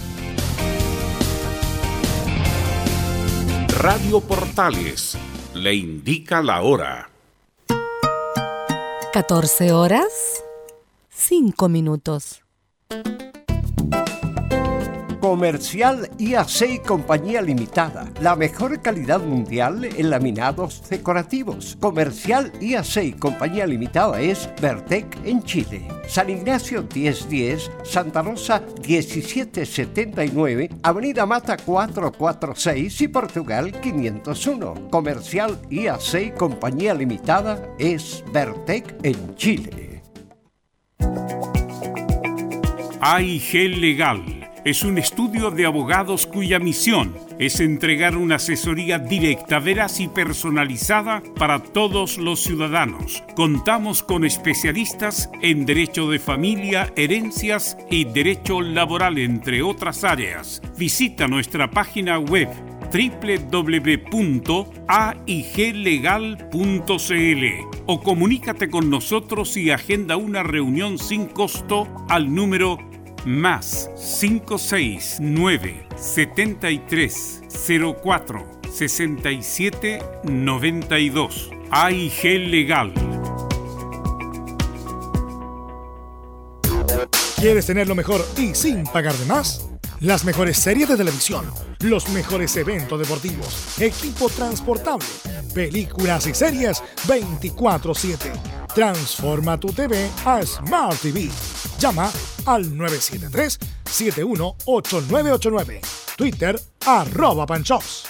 Radio Portales le indica la hora. 14 horas, 5 minutos. Comercial IAC y Compañía Limitada. La mejor calidad mundial en laminados decorativos. Comercial IAC y Compañía Limitada es Vertec en Chile. San Ignacio 1010, Santa Rosa 1779, Avenida Mata 446 y Portugal 501. Comercial IAC y Compañía Limitada es Vertec en Chile. AIG Legal es un estudio de abogados cuya misión es entregar una asesoría directa, veraz y personalizada para todos los ciudadanos. Contamos con especialistas en derecho de familia, herencias y derecho laboral, entre otras áreas. Visita nuestra página web www.aiglegal.cl o comunícate con nosotros y agenda una reunión sin costo al número más 569 73 04 67 92. AIG Legal. ¿Quieres tener lo mejor y sin pagar de más? Las mejores series de televisión, los mejores eventos deportivos, equipo transportable, películas y series 24/7. Transforma tu TV a Smart TV. Llama al 973-718989. Twitter @Panchops.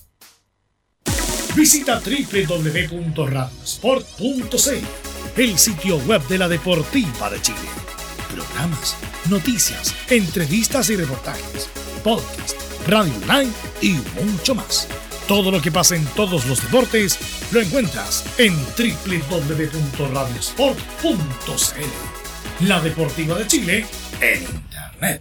Visita www.radiosport.cl, el sitio web de la Deportiva de Chile. Programas, noticias, entrevistas y reportajes, podcast, radio online y mucho más. Todo lo que pasa en todos los deportes lo encuentras en www.radiosport.cl. La Deportiva de Chile en Internet.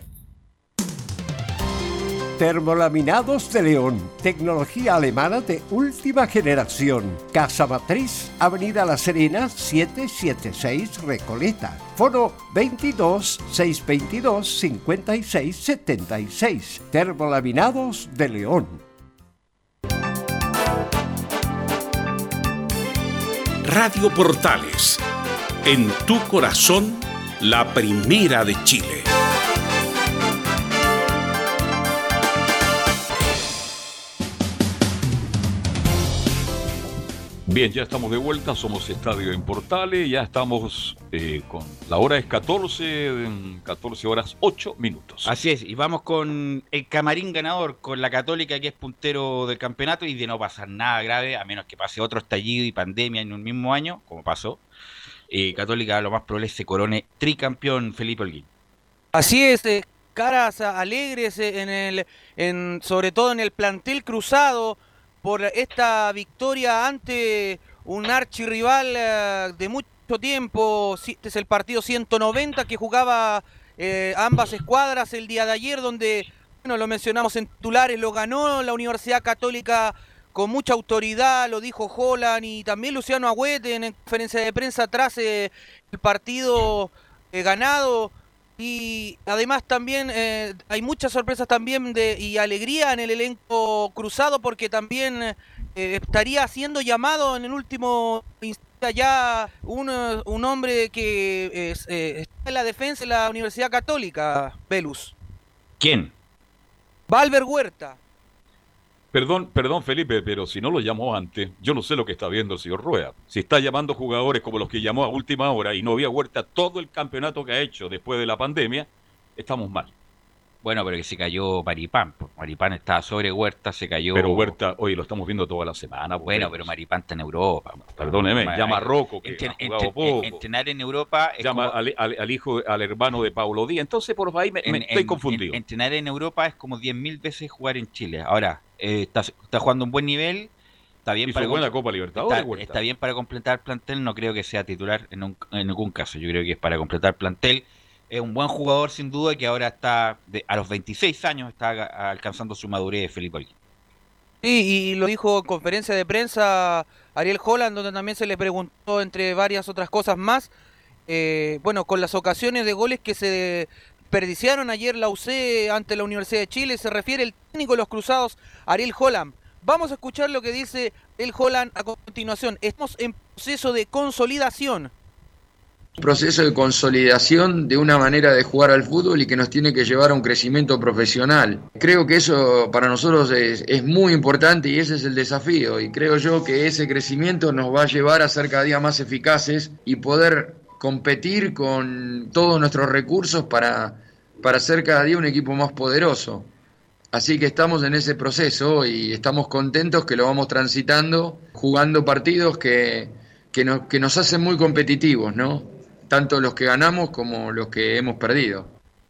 Termolaminados de León, tecnología alemana de última generación. Casa Matriz, Avenida La Serena, 776 Recoleta. Foro 22 622 56 76. Termolaminados de León. Radio Portales, en tu corazón, la primera de Chile. Bien, ya estamos de vuelta, somos Estadio en Portales, ya estamos con... La hora es 14 horas 8 minutos. Así es, y vamos con el camarín ganador, con la Católica, que es puntero del campeonato, y de no pasar nada grave, a menos que pase otro estallido y pandemia en un mismo año, como pasó, Católica lo más probable se corone tricampeón, Felipe Holguín. Así es, caras alegres sobre todo en el plantel cruzado, por esta victoria ante un archirrival de mucho tiempo. Este es el partido 190 que jugaba ambas escuadras el día de ayer, donde, bueno, lo mencionamos en titulares, lo ganó la Universidad Católica con mucha autoridad, lo dijo Holland y también Luciano Agüete en conferencia de prensa tras el partido ganado. Y además también hay muchas sorpresas también y alegría en el elenco cruzado, porque también estaría siendo llamado en el último instante ya un hombre que está en la defensa de la Universidad Católica, Velus. ¿Quién? Valver Huerta. Perdón Felipe, pero si no lo llamó antes, yo no sé lo que está viendo el señor Rueda. Si está llamando jugadores como los que llamó a última hora y no había Huerta todo el campeonato que ha hecho después de la pandemia, estamos mal. Bueno, pero que se cayó Maripán. Maripán estaba sobre Huerta, se cayó... Pero Huerta, oye, lo estamos viendo toda la semana. Bueno, pero Maripán está en Europa. Perdóneme, llama a Rocco, que ha jugado poco. Entrenar en Europa... Llama como... al hermano de Paulo Díaz. Entonces, por ahí me estoy confundido. Entrenar en Europa es como 10.000 veces jugar en Chile. Ahora, está jugando un buen nivel, está bien para buena Copa Libertadores. Está bien para completar plantel, no creo que sea titular en ningún caso. Yo creo que es para completar plantel. Es un buen jugador sin duda, que ahora está a los 26 años está alcanzando su madurez, Felipe Holguín. Sí, y lo dijo en conferencia de prensa Ariel Holland, donde también se le preguntó, entre varias otras cosas más, bueno, con las ocasiones de goles que se desperdiciaron ayer la UC ante la Universidad de Chile, se refiere el técnico de los Cruzados, Ariel Holland. Vamos a escuchar lo que dice el Holland a continuación. Estamos en proceso de consolidación. Proceso de consolidación de una manera de jugar al fútbol y que nos tiene que llevar a un crecimiento profesional. Creo que eso para nosotros es muy importante y ese es el desafío, y creo yo que ese crecimiento nos va a llevar a ser cada día más eficaces y poder competir con todos nuestros recursos para ser cada día un equipo más poderoso. Así que estamos en ese proceso y estamos contentos que lo vamos transitando, jugando partidos que nos hacen muy competitivos, ¿no? Tanto los que ganamos como los que hemos perdido.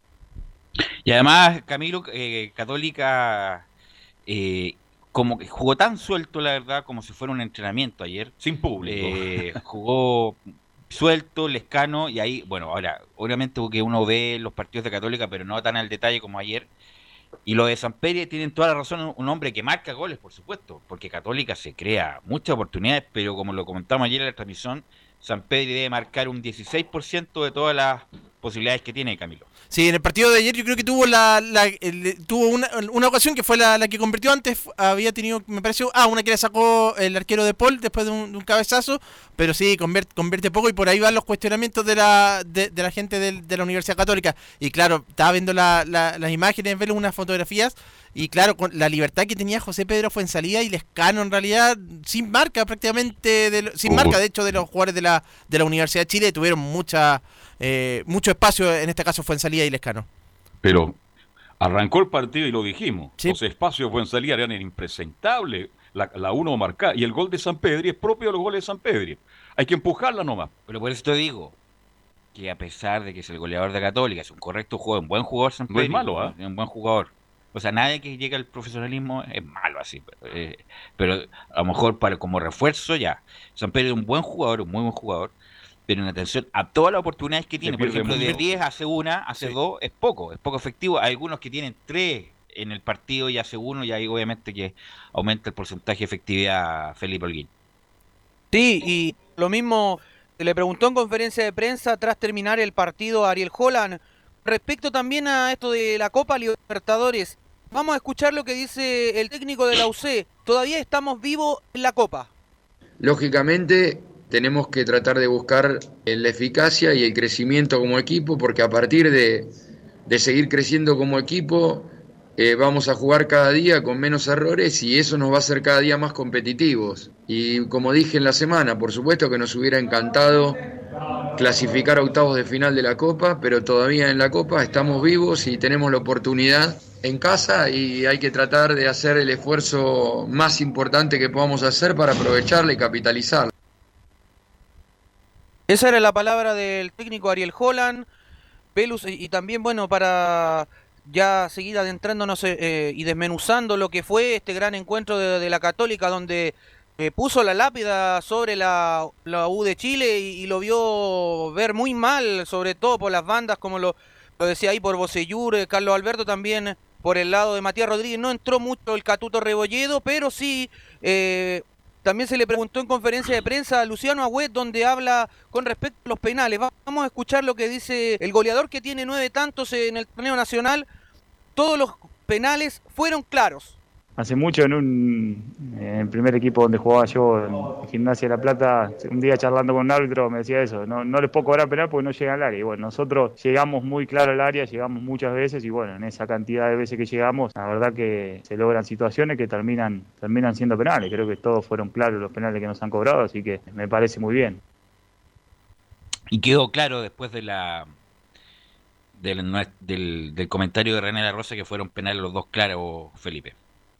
Y además, Camilo, Católica como que jugó tan suelto, la verdad, como si fuera un entrenamiento ayer. Sin público. Jugó suelto, Lescano, y ahí, bueno, ahora, obviamente porque uno ve los partidos de Católica, pero no tan al detalle como ayer. Y lo de Sampedri tienen toda la razón, un hombre que marca goles, por supuesto, porque Católica se crea muchas oportunidades, pero como lo comentamos ayer en la transmisión, Sampedri debe marcar un 16% de todas las posibilidades que tiene, Camilo. Sí, en el partido de ayer yo creo que tuvo tuvo una ocasión que fue la que convirtió antes. Había tenido, me pareció, una que le sacó el arquero de Paul después de un cabezazo, pero sí, convierte poco, y por ahí van los cuestionamientos de la gente de la Universidad Católica. Y claro, estaba viendo las imágenes, ver unas fotografías, y claro, con la libertad que tenía José Pedro Fuenzalía y Lescano, en realidad, sin marca prácticamente, sin marca, de hecho, de los jugadores de la Universidad de Chile, tuvieron mucho espacio, en este caso Fuenzalía y Lescano. Pero arrancó el partido y lo dijimos, sí. Los espacios de Fuenzalía eran impresentables, la uno marcada, y el gol de Sampedri es propio de los goles de Sampedri. Hay que empujarla nomás. Pero por eso te digo que a pesar de que es el goleador de Católica, es un correcto jugador, un buen jugador Sampedri, no es malo, un buen jugador. O sea, nadie que llegue al profesionalismo es malo así, pero a lo mejor como refuerzo ya. San Pedro es un buen jugador, un muy buen jugador, pero en atención a todas las oportunidades que tiene. Por ejemplo, de 10 hace una, hace dos, es poco efectivo. Hay algunos que tienen 3 en el partido y hace uno, y ahí obviamente que aumenta el porcentaje de efectividad Felipe Holguín. Sí, y lo mismo se le preguntó en conferencia de prensa tras terminar el partido a Ariel Holland, respecto también a esto de la Copa Libertadores. Vamos a escuchar lo que dice el técnico de la UC. Todavía estamos vivos en la Copa. Lógicamente tenemos que tratar de buscar la eficacia y el crecimiento como equipo, porque a partir de seguir creciendo como equipo vamos a jugar cada día con menos errores y eso nos va a hacer cada día más competitivos. Y como dije en la semana, por supuesto que nos hubiera encantado clasificar a octavos de final de la Copa, pero todavía en la Copa estamos vivos y tenemos la oportunidad en casa y hay que tratar de hacer el esfuerzo más importante que podamos hacer para aprovecharla y capitalizarla. Esa era la palabra del técnico Ariel Holland, Velus, y también, bueno, para ya seguir adentrándonos y desmenuzando lo que fue este gran encuentro de la Católica, donde puso la lápida sobre la U de Chile y lo vio ver muy mal, sobre todo por las bandas, como lo decía ahí, por Bocellur, Carlos Alberto, también por el lado de Matías Rodríguez. No entró mucho el Catuto Rebolledo, pero sí, también se le preguntó en conferencia de prensa a Luciano Agüet, donde habla con respecto a los penales. Vamos a escuchar lo que dice el goleador, que tiene 9 tantos en el torneo nacional. Todos los penales fueron claros. Hace mucho en el primer equipo donde jugaba yo, en Gimnasia de La Plata, un día charlando con un árbitro me decía eso, no les puedo cobrar penal porque no llegan al área. Y bueno, nosotros llegamos muy claro al área, llegamos muchas veces y bueno, en esa cantidad de veces que llegamos, la verdad que se logran situaciones que terminan siendo penales. Creo que todos fueron claros los penales que nos han cobrado, así que me parece muy bien. Y quedó claro después de del comentario de René La Rosa que fueron penales los dos claros, Felipe.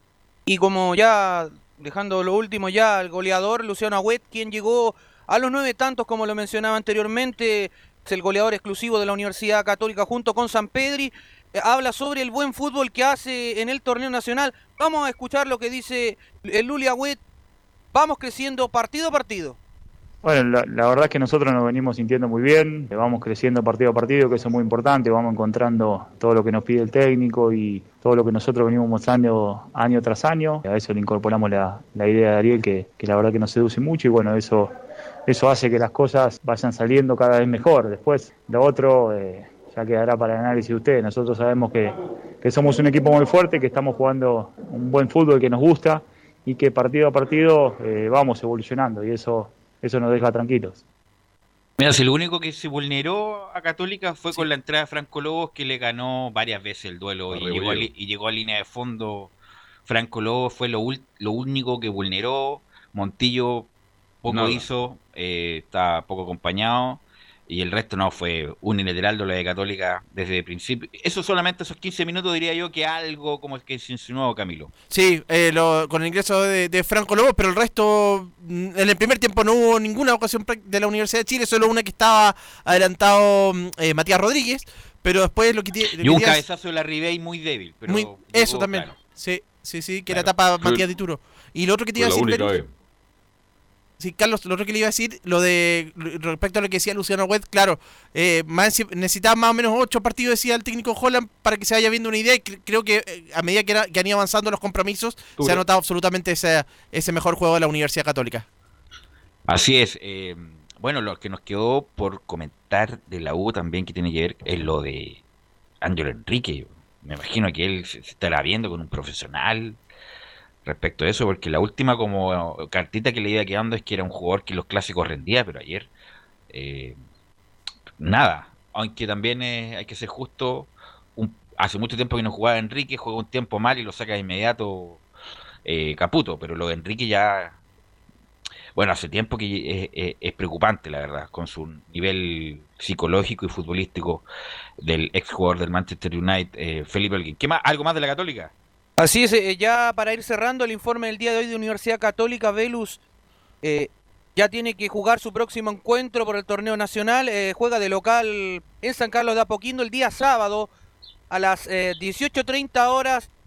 Y como ya, dejando lo último ya, el goleador Luciano Agüet, quien llegó a los 9 tantos, como lo mencionaba anteriormente, es el goleador exclusivo de la Universidad Católica junto con Sampedri, habla sobre el buen fútbol que hace en el torneo nacional. Vamos a escuchar lo que dice el Luli Agüet. Vamos creciendo partido a partido. Bueno, la verdad es que nosotros nos venimos sintiendo muy bien, vamos creciendo partido a partido, que eso es muy importante, vamos encontrando todo lo que nos pide el técnico y todo lo que nosotros venimos mostrando año tras año. A eso le incorporamos la idea de Ariel, que la verdad que nos seduce mucho y bueno, eso hace que las cosas vayan saliendo cada vez mejor. Después, lo otro ya quedará para el análisis de ustedes. Nosotros sabemos que somos un equipo muy fuerte, que estamos jugando un buen fútbol que nos gusta y que partido a partido vamos evolucionando y eso nos deja tranquilos. Mira, si lo único que se vulneró a Católica fue con la entrada de Franco Lobos, que le ganó varias veces el duelo y llegó a línea de fondo. Franco Lobos fue lo único que vulneró. Montillo poco hizo, está poco acompañado. Y el resto no, fue unilateral de la de Católica desde el principio. Eso solamente, esos 15 minutos, diría yo que algo como el que se insinuó Camilo. Sí, con el ingreso de Franco Lobos, pero el resto, en el primer tiempo no hubo ninguna ocasión de la Universidad de Chile, solo una que estaba adelantado Matías Rodríguez, pero después lo que tiene... Y un cabezazo de la Ribey muy débil. Pero eso también, claro. Sí, que la tapa Matías Dituro. Y lo otro que te iba a decir... Sí, Carlos, lo otro que le iba a decir, respecto a lo que decía Luciano Agüet, claro, necesitaba más o menos 8 partidos, decía el técnico Holland, para que se vaya viendo una idea, y creo que a medida que han ido avanzando los compromisos, se ha notado absolutamente ese mejor juego de la Universidad Católica. Así es. Bueno, lo que nos quedó por comentar de la U también, que tiene que ver, es lo de Ángelo Enrique. Me imagino que él se estará viendo con un profesional respecto a eso, porque la última como cartita que le iba quedando es que era un jugador que los clásicos rendía, pero ayer nada, aunque también hay que ser justo, hace mucho tiempo que no jugaba Enrique, juega un tiempo mal y lo saca de inmediato Caputo, pero lo de Enrique ya, bueno, hace tiempo que es preocupante, la verdad, con su nivel psicológico y futbolístico del ex jugador del Manchester United, Felipe Holguín. ¿Qué más? ¿Algo más de la Católica? Así es, ya para ir cerrando el informe del día de hoy de Universidad Católica, Velus ya tiene que jugar su próximo encuentro por el torneo nacional, juega de local en San Carlos de Apoquindo el día sábado a las 18:30 horas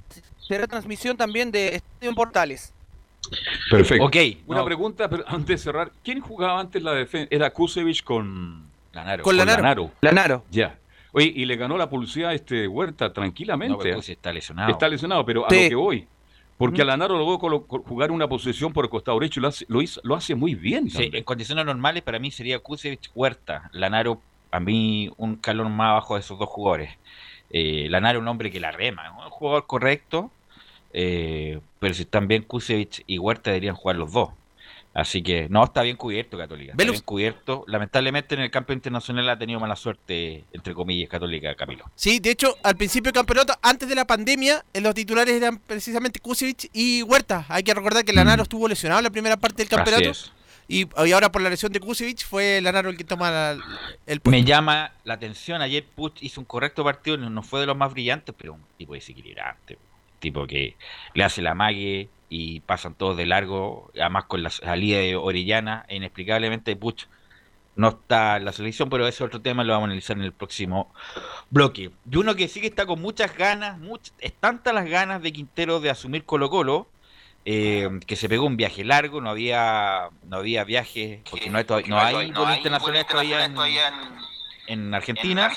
será transmisión también de Estadio en Portales. Perfecto. Ok. Una pregunta, pero antes de cerrar. ¿Quién jugaba antes la defensa? Era Kusevich con Lanaro. Con Lanaro. Lanaro. Ya. Oye, y le ganó la pulsada Huerta tranquilamente. No, pero Kusi está lesionado. Está lesionado, pero a Sí. lo que voy. Porque a Lanaro logró jugar una posesión por el costado derecho y lo hace muy bien. Sí, también. en condiciones normales para mí sería Kusevich Huerta. Lanaro, a mí, un calón más abajo de esos dos jugadores. Lanaro es un hombre que la rema, ¿no? Un jugador correcto, pero si están bien Kusevich y Huerta deberían jugar los dos. Así que no, está bien cubierto Católica. Está bien cubierto. Lamentablemente en el campo internacional ha tenido mala suerte, entre comillas, Católica, Camilo. Sí, de hecho, al principio del campeonato, antes de la pandemia, los titulares eran precisamente Kusevich y Huerta. Hay que recordar que Lanaro estuvo lesionado en la primera parte del campeonato. Así es. Y ahora por la lesión de Kusevich fue Lanaro el que toma el puesto. Me llama la atención, ayer Puch hizo un correcto partido, no fue de los más brillantes, pero un tipo desequilibrante. Tipo que le hace la mague y pasan todos de largo, además con la salida de Orellana, inexplicablemente Puch no está en la selección, pero ese otro tema lo vamos a analizar en el próximo bloque. Y uno que sí que está con muchas ganas, es tantas las ganas de Quintero de asumir Colo-Colo, que se pegó un viaje largo, no había viajes, porque no hay vuelos internacionales todavía en Argentina,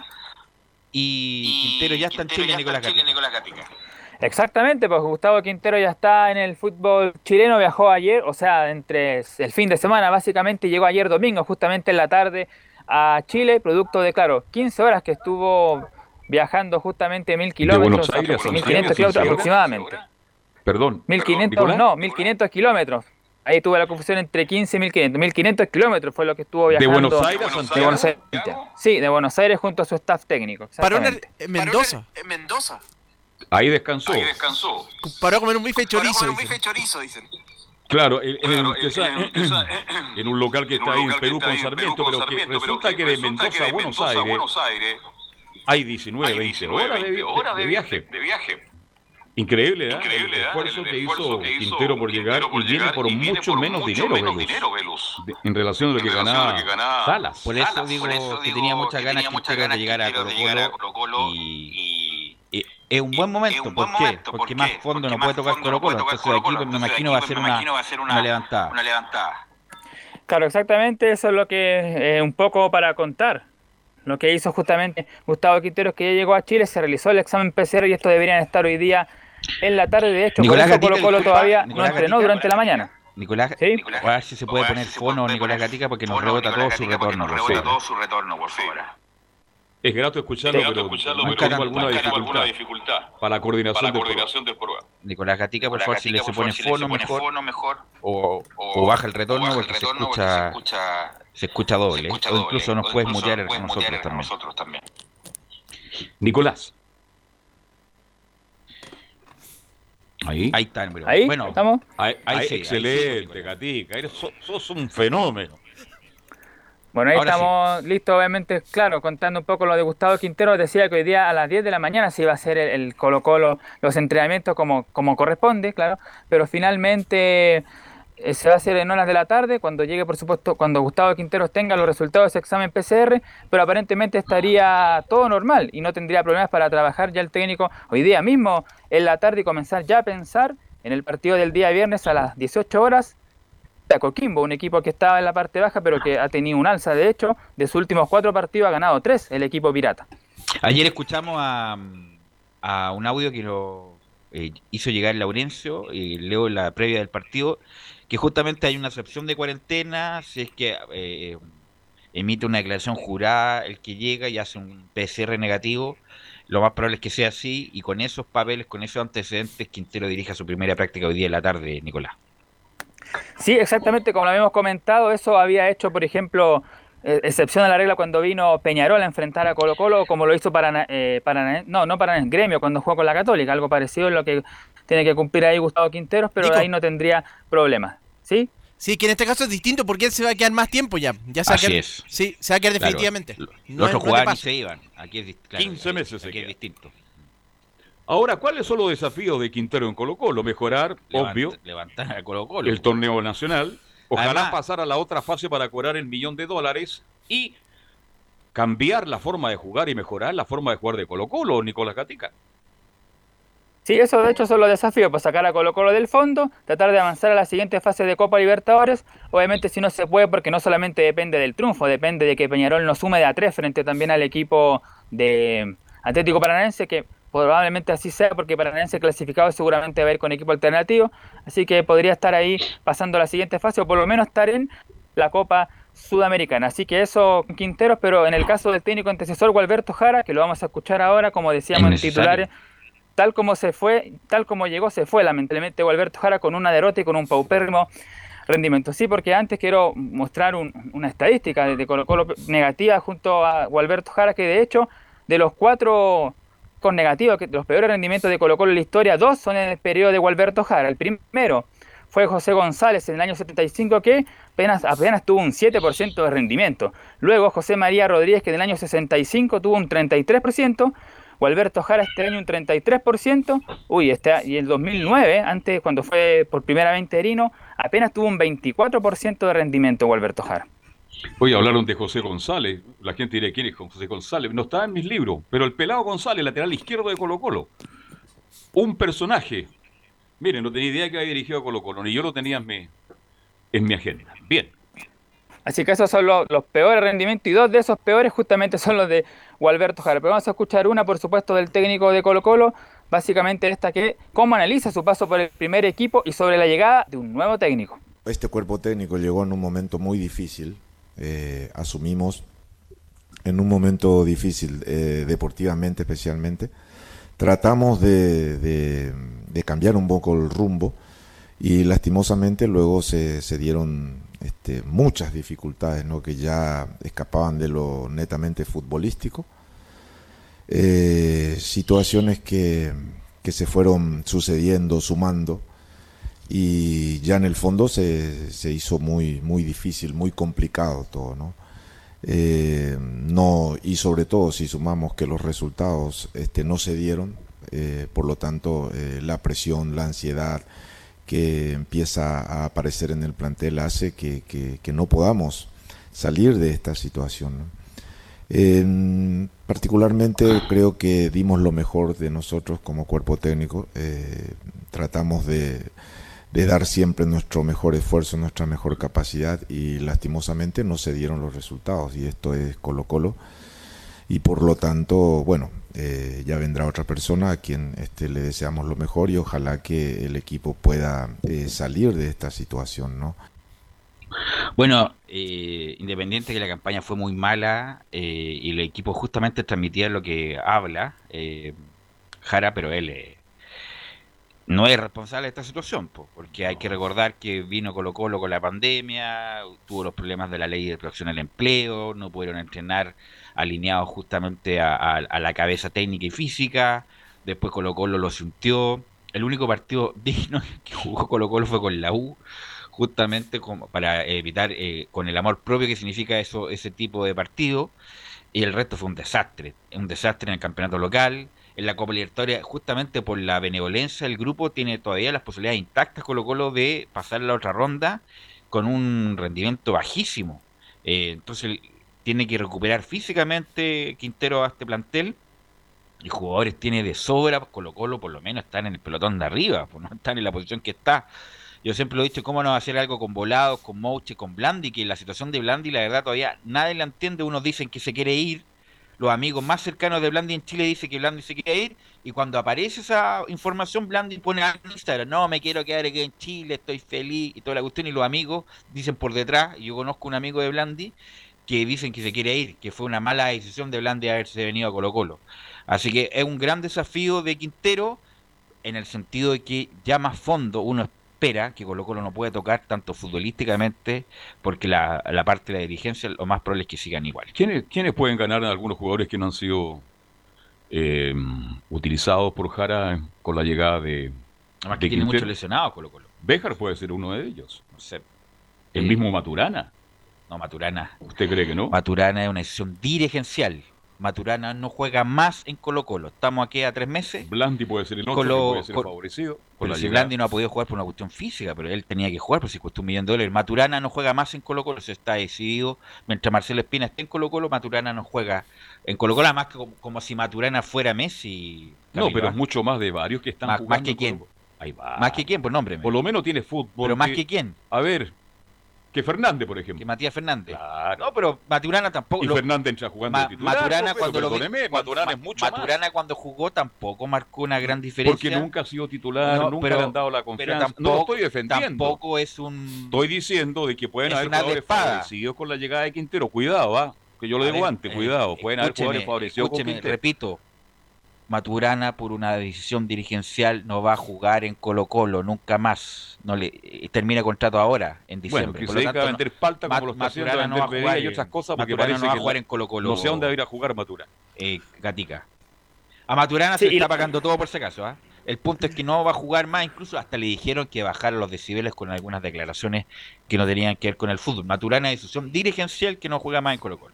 y Quintero ya está en Chile, Nicolás Gatica. Exactamente, pues Gustavo Quintero ya está en el fútbol chileno, viajó ayer, o sea, entre el fin de semana básicamente, llegó ayer domingo, justamente en la tarde a Chile, producto de, claro, 15 horas que estuvo viajando justamente 1.000 kilómetros, 1.500 kilómetros aproximadamente. Perdón. 1.500 kilómetros. Ahí tuve la confusión entre 15 y 1.500. 1.500 kilómetros fue lo que estuvo viajando. ¿De Buenos Aires a Santiago? Sí, de Buenos Aires junto a su staff técnico. Paró en Mendoza. Ahí descansó. Paró a comer un bife chorizo. Dicen. Claro, en un local que está ahí en Perú con Sarmiento, pero que resulta que de Mendoza a Buenos Aires hay 19, 20 horas de viaje. Increíble, ¿eh? El esfuerzo que hizo Quintero por llegar y viene por mucho menos dinero, Velus, en relación a lo que ganaba Salas. Por eso digo que tenía muchas ganas Quintero de llegar a Colo-Colo y es un buen momento. ¿Por qué? Porque más fondo no puede tocar Colo-Colo. Entonces de aquí me imagino va a ser una levantada. Claro, exactamente, eso es lo que un poco para contar. Lo que hizo justamente Gustavo Quintero es que ya llegó a Chile, se realizó el examen PCR y estos deberían estar hoy día en la tarde. De hecho, por eso Colo-Colo todavía no entrenó durante la mañana. Nicolás, ¿Sí? a ver si se puede poner fono Nicolás Gatica porque nos rebota todo su retorno, por favor. Es grato escucharlo, pero tengo alguna dificultad para la coordinación del programa. Nicolás Gatica, por favor, si le se pone fono mejor o baja el retorno porque se escucha doble. O incluso nos puedes mutear a nosotros también. Nicolás. Ahí está. Ahí bueno, estamos. Ahí excelente, Gatica. Sos un fenómeno. Bueno, ahí estamos listos, obviamente, claro, contando un poco lo de Gustavo Quintero. Decía que hoy día a las 10 de la mañana se iba a hacer el Colo-Colo, los entrenamientos como corresponde, claro, pero finalmente se va a hacer en horas de la tarde, cuando llegue, por supuesto, cuando Gustavo Quintero tenga los resultados de ese examen PCR, pero aparentemente estaría todo normal y no tendría problemas para trabajar ya el técnico hoy día mismo en la tarde y comenzar ya a pensar en el partido del día viernes a las 18 horas, a Coquimbo, un equipo que estaba en la parte baja pero que ha tenido un alza. De hecho, de sus últimos 4 partidos ha ganado 3 el equipo pirata. Ayer escuchamos a un audio que lo hizo llegar Laurencio, leo la previa del partido, que justamente hay una excepción de cuarentena si es que emite una declaración jurada el que llega y hace un PCR negativo. Lo más probable es que sea así, y con esos papeles, con esos antecedentes, Quintero dirige su primera práctica hoy día en la tarde, Nicolás. Sí, exactamente, como lo habíamos comentado, eso había hecho, por ejemplo, excepción a la regla cuando vino Peñarol a enfrentar a Colo-Colo, como lo hizo para Gremio cuando jugó con la Católica, algo parecido en lo que tiene que cumplir ahí Gustavo Quinteros, pero ahí no tendría problemas, ¿sí? Sí, que en este caso es distinto porque él se va a quedar más tiempo ya. Así es. Sí, se va a quedar definitivamente. Los otros jugadores se iban. Aquí es 15 meses aquí es distinto. Ahora, ¿cuáles son los desafíos de Quintero en Colo-Colo? Mejorar, obvio, levantar a Colo-Colo, el torneo nacional. Ojalá además pasar a la otra fase para cobrar $1 millón y cambiar la forma de jugar y mejorar la forma de jugar de Colo-Colo, Nicolás Gatica. Sí, eso de hecho son los desafíos, pues sacar a Colo-Colo del fondo, tratar de avanzar a la siguiente fase de Copa Libertadores. Obviamente si no se puede, porque no solamente depende del triunfo, depende de que Peñarol no sume de a 3 frente también al equipo de Atlético Paranaense, que probablemente así sea, porque Paranaense clasificado seguramente va a ir con equipo alternativo, así que podría estar ahí pasando a la siguiente fase, o por lo menos estar en la Copa Sudamericana. Así que eso, Quinteros, pero en el caso del técnico antecesor, Gualberto Jara, que lo vamos a escuchar ahora, como decíamos en titulares, tal como llegó, se fue lamentablemente Gualberto Jara con una derrota y con un paupérrimo rendimiento. Sí, porque antes quiero mostrar una estadística de Colo-Colo negativa junto a Gualberto Jara, que de hecho, de los 4 con negativos, de los peores rendimientos de Colo-Colo en la historia, 2 son en el periodo de Gualberto Jara. El primero fue José González en el año 75, que apenas tuvo un 7% de rendimiento. Luego José María Rodríguez, que en el año 65 tuvo un 33%, Gualberto Jara este año un 33%, y el 2009, antes cuando fue por primera vez interino, apenas tuvo un 24% de rendimiento Gualberto Jara. Hoy hablaron de José González, la gente dirá, ¿quién es José González? No está en mis libros, pero el pelado González, lateral izquierdo de Colo-Colo, un personaje. Miren, no tenía idea que había dirigido a Colo-Colo, ni yo lo tenía en mi agenda. Bien. Así que esos son los peores rendimientos, y 2 de esos peores justamente son los de Gualberto Jara. Pero vamos a escuchar una, por supuesto, del técnico de Colo-Colo, básicamente esta, que cómo analiza su paso por el primer equipo y sobre la llegada de un nuevo técnico. Este cuerpo técnico llegó en un momento muy difícil, asumimos en un momento difícil, deportivamente especialmente. Tratamos de cambiar un poco el rumbo y lastimosamente luego se dieron muchas dificultades, ¿no?, que ya escapaban de lo netamente futbolístico, situaciones que se fueron sucediendo, sumando, y ya en el fondo se hizo muy, muy difícil, muy complicado todo, ¿no? Y sobre todo si sumamos que los resultados no se dieron, por lo tanto la presión, la ansiedad que empieza a aparecer en el plantel hace que no podamos salir de esta situación, ¿no? Particularmente creo que dimos lo mejor de nosotros como cuerpo técnico, tratamos de dar siempre nuestro mejor esfuerzo, nuestra mejor capacidad, y lastimosamente no se dieron los resultados, y esto es Colo-Colo, y por lo tanto, bueno, ya vendrá otra persona a quien le deseamos lo mejor, y ojalá que el equipo pueda salir de esta situación, ¿no? Bueno, independiente que la campaña fue muy mala, y el equipo justamente transmitía lo que habla Jara, pero él no es responsable de esta situación, porque hay que recordar que vino Colo-Colo con la pandemia, tuvo los problemas de la ley de protección al empleo, no pudieron entrenar alineados justamente a la cabeza técnica y física, después Colo-Colo lo sintió, el único partido digno que jugó Colo-Colo fue con la U, justamente para evitar con el amor propio que significa ese tipo de partido, y el resto fue un desastre en el campeonato local. En la Copa Libertadores, justamente por la benevolencia del grupo, tiene todavía las posibilidades intactas Colo-Colo de pasar a la otra ronda con un rendimiento bajísimo. Entonces tiene que recuperar físicamente Quintero a este plantel, y jugadores tiene de sobra. Colo-Colo por lo menos están en el pelotón de arriba, pues no están en la posición que está. Yo siempre lo he dicho, ¿cómo no va a hacer algo con Volados, con Mouche, con Blandi? Que la situación de Blandi, la verdad, todavía nadie la entiende. Unos dicen que se quiere ir, los amigos más cercanos de Blandi en Chile dicen que Blandi se quiere ir, y cuando aparece esa información, Blandi pone en Instagram, no, me quiero quedar aquí en Chile, estoy feliz, y toda la cuestión, y los amigos dicen por detrás, y yo conozco un amigo de Blandi, que dicen que se quiere ir, que fue una mala decisión de Blandi haberse venido a Colo-Colo. Así que es un gran desafío de Quintero, en el sentido de que ya más fondo uno espera que Colo-Colo no puede tocar tanto futbolísticamente, porque la parte de la dirigencia lo más probable es que sigan igual. ¿Quiénes pueden ganar a algunos jugadores que no han sido utilizados por Jara con la llegada de... Además que tiene muchos lesionados Colo-Colo. Béjar puede ser uno de ellos. No sé. ¿El mismo Maturana? No, Maturana. ¿Usted cree que no? Maturana es una decisión dirigencial. Maturana no juega más en Colo-Colo. Estamos aquí a 3 meses. Blandi puede ser el otro, que puede ser favorecido. Pero si Blandi no ha podido jugar por una cuestión física, pero él tenía que jugar, por si costó $1 millón. Maturana no juega más en Colo-Colo, eso está decidido. Mientras Marcelo Espina esté en Colo-Colo, Maturana no juega en Colo-Colo, además que como si Maturana fuera Messi. No, pero es mucho más de varios que están jugando. ¿Más que quién? Ahí va. ¿Más que quién? Pues nómbreme. Por lo menos tiene fútbol. ¿Pero más que quién? A ver, que Fernández, por ejemplo. Que Matías Fernández. Claro. No, pero Maturana tampoco. Y Fernández entra jugando de titular. Maturana Maturana es mucho Maturana cuando jugó tampoco marcó una gran diferencia. Porque nunca ha sido titular, nunca le han dado la confianza. Tampoco, no lo estoy defendiendo. Tampoco es un... Estoy diciendo de que pueden haber jugadores favorecidos con la llegada de Quintero. Cuidado, que yo lo digo antes, cuidado. Pueden haber jugadores favorecidos con Quintero. Repito, Maturana por una decisión dirigencial no va a jugar en Colo-Colo nunca más. No le termina contrato ahora en diciembre. Bueno, que se dedica a vender palta como lo está haciendo, a vender bebida y otras cosas, porque Maturana parece no va que a jugar en Colo-Colo. No sé dónde va a ir a jugar Maturana. Gatica. A Maturana se le está pagando todo por si acaso, ¿ah? El punto es que no va a jugar más, incluso hasta le dijeron que bajara los decibeles con algunas declaraciones que no tenían que ver con el fútbol. Maturana es decisión dirigencial que no juega más en Colo-Colo.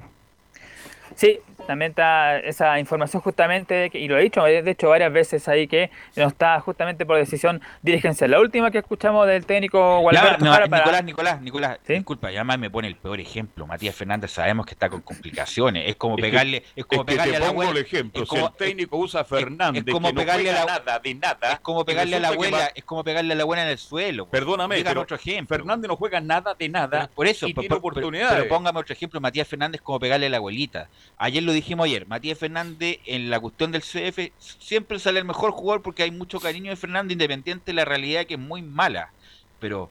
Sí, también está esa información justamente, y lo he dicho de hecho varias veces ahí, que no está justamente por decisión dirigencial. La última que escuchamos del técnico Gualberto Jara Nicolás, ¿sí? Disculpa, ya más me pone el peor ejemplo. Matías Fernández sabemos que está con complicaciones, es como pegarle a la abuela. El ejemplo, si el técnico usa a Fernández, es como que pegarle no a nada, de nada. Es como pegarle a la abuela, es como pegarle a la abuela en el suelo. Perdóname, pero otro ejemplo. Fernández no juega nada de nada. Pero por eso, y tiene oportunidades. Pero póngame otro ejemplo, Matías Fernández como pegarle a la abuelita. Ayer lo dijimos ayer, Matías Fernández en la cuestión del CF siempre sale el mejor jugador porque hay mucho cariño de Fernández, independiente de la realidad que es muy mala. Pero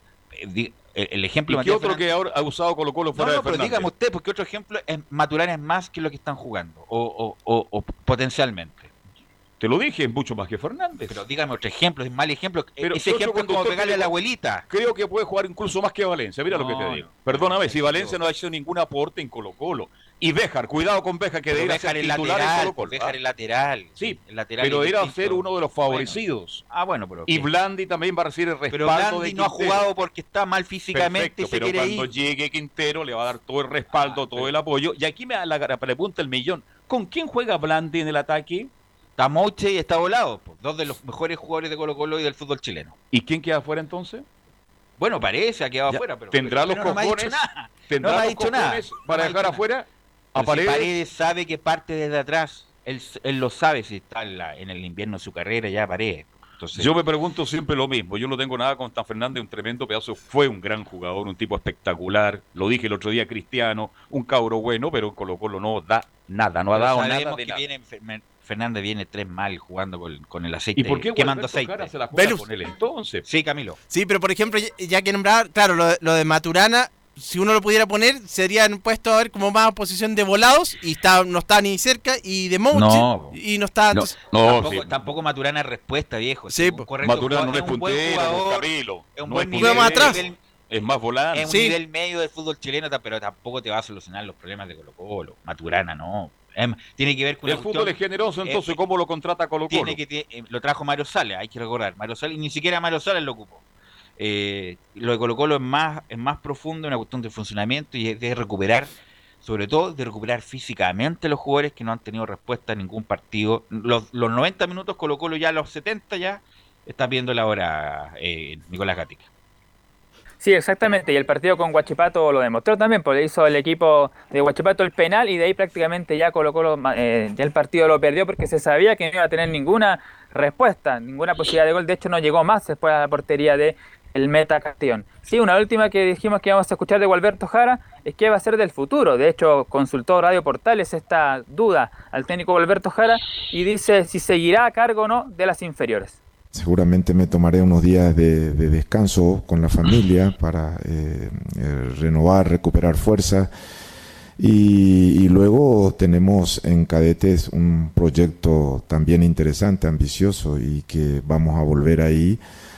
el ejemplo de Matías Fernández... ¿Qué otro que ha usado Colo-Colo fuera de Fernández? Pero dígame usted, porque otro ejemplo es Maturana es más que lo que están jugando, o potencialmente. Te lo dije, es mucho más que Fernández. Pero dígame otro ejemplo, es mal ejemplo. Pero ese ejemplo es como pegarle a la abuelita. Creo que puede jugar incluso más que Valencia. Mira lo que te digo. Perdóname, si Valencia no ha hecho ningún aporte en Colo-Colo. Y Béjar, cuidado con Béjar, que debe ser titular en Colo-Colo. Béjar el lateral. Sí, el lateral pero era ser uno de los favorecidos. Bueno, pero... Y Blandi también va a recibir el respaldo pero Blandi de no ha jugado porque está mal físicamente. Perfecto, pero cuando llegue Quintero le va a dar todo el respaldo, todo el apoyo. Y aquí me da la pregunta el millón. ¿Con quién juega Blandi en el ataque? Está Moche y está Volado, dos de los mejores jugadores de Colo-Colo y del fútbol chileno. ¿Y quién queda afuera entonces? Bueno, parece, ha quedado afuera. Pero ¿Tendrá los cojones? ¿Tendrá los cojones para dejar afuera a Paredes? Si Paredes sabe que parte desde atrás, él lo sabe si está en el invierno de su carrera ya Paredes. Entonces, yo me pregunto siempre lo mismo. Yo no tengo nada con Tan Fernández, un tremendo pedazo. Fue un gran jugador, un tipo espectacular. Lo dije el otro día, Cristiano, un cabro bueno, pero Colo-Colo no da nada, no ha dado nada de nada. Fernández viene 3 mal jugando con el aceite. ¿Y por qué quemando aceite? Se la juega con él entonces? Sí, Camilo. Sí, pero por ejemplo, ya que nombraba, claro, lo de Maturana, si uno lo pudiera poner, serían puestos a ver como más posición de Volados, y no está ni cerca, y de Mouche, y no está... Entonces, tampoco Maturana es respuesta, viejo. Sí, Maturana no es puntero, Camilo. Es un no buen es nivel atrás. Es más volante. Es un nivel medio del fútbol chileno, pero tampoco te va a solucionar los problemas de Colo-Colo. Maturana no. Tiene que ver con el fútbol es generoso, entonces ¿cómo lo contrata Colo-Colo? Lo trajo Mario Sales, hay que recordar. Mario Sales, y ni siquiera Mario Sales lo ocupó. Lo de Colo-Colo es más profundo, una cuestión de funcionamiento y es de recuperar, sobre todo de recuperar físicamente a los jugadores que no han tenido respuesta en ningún partido. Los 90 minutos Colo-Colo ya, los 70 ya está viendo la hora Nicolás Gatica. Sí, exactamente, y el partido con Huachipato lo demostró también, porque hizo el equipo de Huachipato el penal y de ahí prácticamente ya Colo-Colo ya el partido lo perdió porque se sabía que no iba a tener ninguna respuesta, ninguna posibilidad de gol. De hecho no llegó más después a la portería de el Meta Castellón. Sí, una última que dijimos que íbamos a escuchar de Gualberto Jara es qué va a ser del futuro. De hecho consultó Radio Portales esta duda al técnico Gualberto Jara y dice si seguirá a cargo o no de las inferiores. Seguramente me tomaré unos días de descanso con la familia para renovar, recuperar fuerza y luego tenemos en Cadetes un proyecto también interesante, ambicioso y que vamos a volver ahí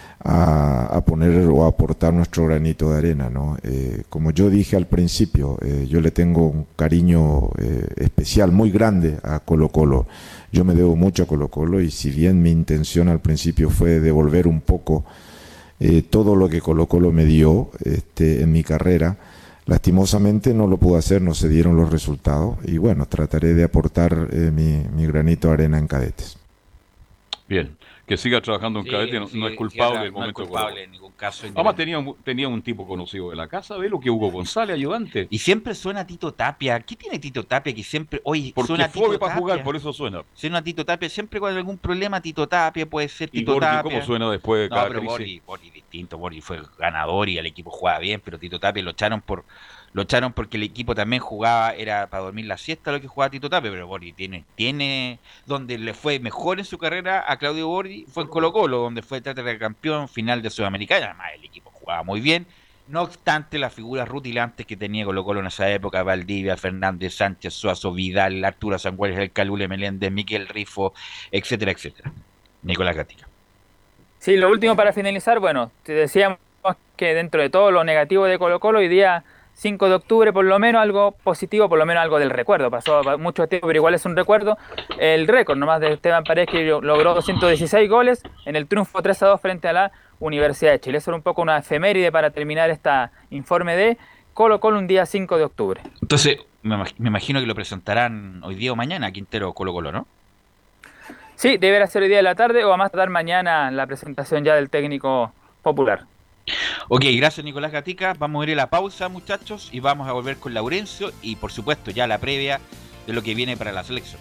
a poner o a aportar nuestro granito de arena, ¿no? Como yo dije al principio, yo le tengo un cariño especial, muy grande a Colo-Colo. Yo me debo mucho a Colo-Colo y si bien mi intención al principio fue devolver un poco todo lo que Colo-Colo me dio en mi carrera, Lastimosamente no lo pude hacer, no se dieron los resultados y bueno, trataré de aportar mi granito de arena en cadetes. Bien, que siga trabajando en cadete, no es culpable del momento. No es culpable en ningún caso. Además tenía un tipo conocido de la casa, ve lo que Hugo González, ayudante. Y siempre suena Tito Tapia. ¿Qué tiene Tito Tapia que siempre, oye, porque suena Tito Tapia? Para jugar, por eso suena. Suena Tito Tapia, siempre cuando hay algún problema Tito Tapia, puede ser Tito Borghi, Tapia. ¿cómo suena después de cada crisis? Borghi distinto, Borghi fue ganador y el equipo jugaba bien, pero Tito Tapia lo echaron porque el equipo también jugaba, era para dormir la siesta lo que jugaba Tito Tapia, pero Borghi tiene donde le fue mejor en su carrera a Claudio Borghi fue en Colo-Colo, donde fue campeón final de Sudamericana. Además el equipo jugaba muy bien, no obstante las figuras rutilantes que tenía Colo-Colo en esa época, Valdivia, Fernández, Sánchez, Suazo, Vidal, Arturo Sangüelles, El Calule, Meléndez, Miquel Rifo, etcétera, etcétera. Nicolás Gatica. Sí, lo último para finalizar, bueno, te decíamos que dentro de todo lo negativo de Colo-Colo, hoy día 5 de octubre, por lo menos algo positivo, por lo menos algo del recuerdo. Pasó mucho tiempo, pero igual es un recuerdo. El récord nomás de Esteban Paredes, que logró 216 goles en el triunfo 3-2 frente a la Universidad de Chile. Eso era un poco una efeméride para terminar este informe de Colo-Colo un día 5 de octubre. Entonces, me imagino que lo presentarán hoy día o mañana, Quintero Colo-Colo, ¿no? Sí, deberá ser hoy día de la tarde o a más tardar mañana la presentación ya del técnico popular. Ok, gracias Nicolás Gatica. Vamos a ir a la pausa, muchachos, y vamos a volver con Laurencio y por supuesto ya la previa de lo que viene para la selección.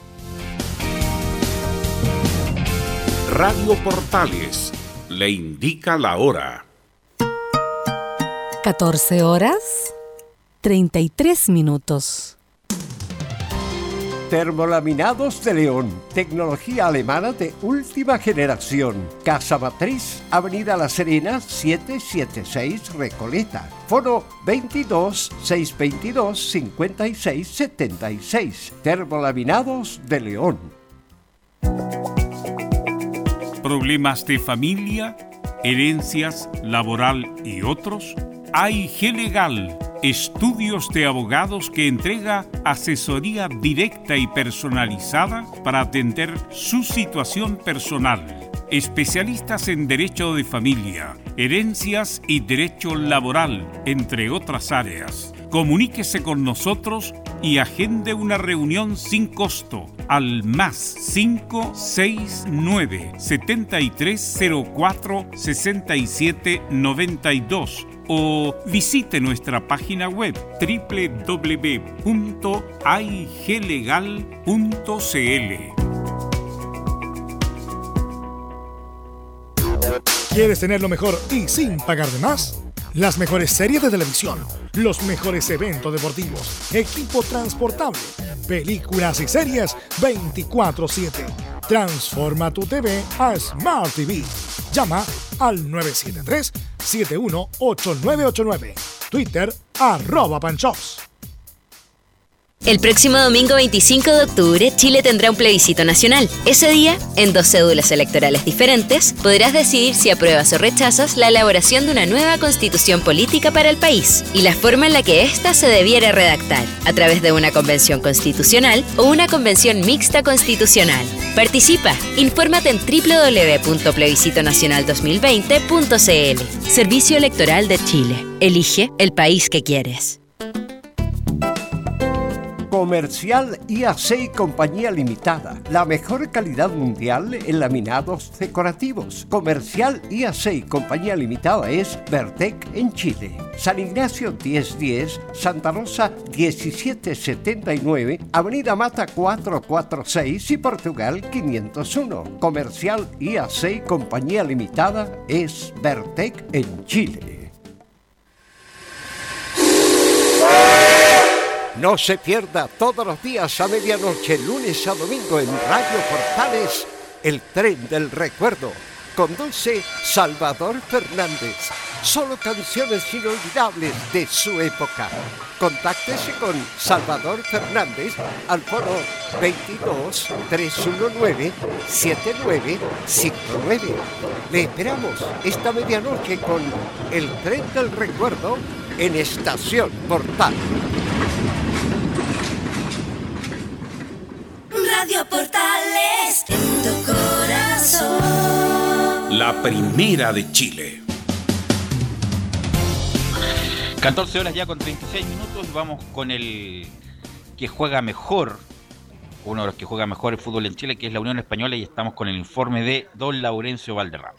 Radio Portales le indica la hora. 14 horas 33 minutos. Termolaminados de León, tecnología alemana de última generación. Casa Matriz, Avenida La Serena, 776 Recoleta. Foro 22 622 56 76. Termolaminados de León. ¿Problemas de familia, herencias, laboral y otros? AIG Legal, estudios de abogados que entrega asesoría directa y personalizada para atender su situación personal. Especialistas en derecho de familia, herencias y derecho laboral, entre otras áreas. Comuníquese con nosotros y agende una reunión sin costo al más 569 7304 6792 o visite nuestra página web www.aiglegal.cl. ¿Quieres tener lo mejor y sin pagar de más? Las mejores series de televisión, los mejores eventos deportivos, equipo transportable, películas y series 24/7. Transforma tu TV a Smart TV. Llama al 973-718989. Twitter @Panchops. El próximo domingo 25 de octubre, Chile tendrá un plebiscito nacional. Ese día, en 2 cédulas electorales diferentes, podrás decidir si apruebas o rechazas la elaboración de una nueva constitución política para el país y la forma en la que ésta se debiera redactar, a través de una convención constitucional o una convención mixta constitucional. Participa. Infórmate en www.plebiscitonacional2020.cl. Servicio Electoral de Chile. Elige el país que quieres. Comercial IAC y Compañía Limitada. La mejor calidad mundial en laminados decorativos. Comercial IAC y Compañía Limitada es Vertec en Chile. San Ignacio 1010, Santa Rosa 1779, Avenida Mata 446 y Portugal 501. Comercial IAC y Compañía Limitada es Vertec en Chile. No se pierda todos los días a medianoche, lunes a domingo en Radio Portales, El Tren del Recuerdo. Conduce Salvador Fernández. Solo canciones inolvidables de su época. Contáctese con Salvador Fernández al foro 22 319 7959. Le esperamos esta medianoche con El Tren del Recuerdo en Estación Portal. Radio Portales en tu corazón. La primera de Chile. 14 horas ya con 36 minutos. Vamos con el que juega mejor, uno de los que juega mejor el fútbol en Chile, que es la Unión Española, y estamos con el informe de don Laurencio Valderrama.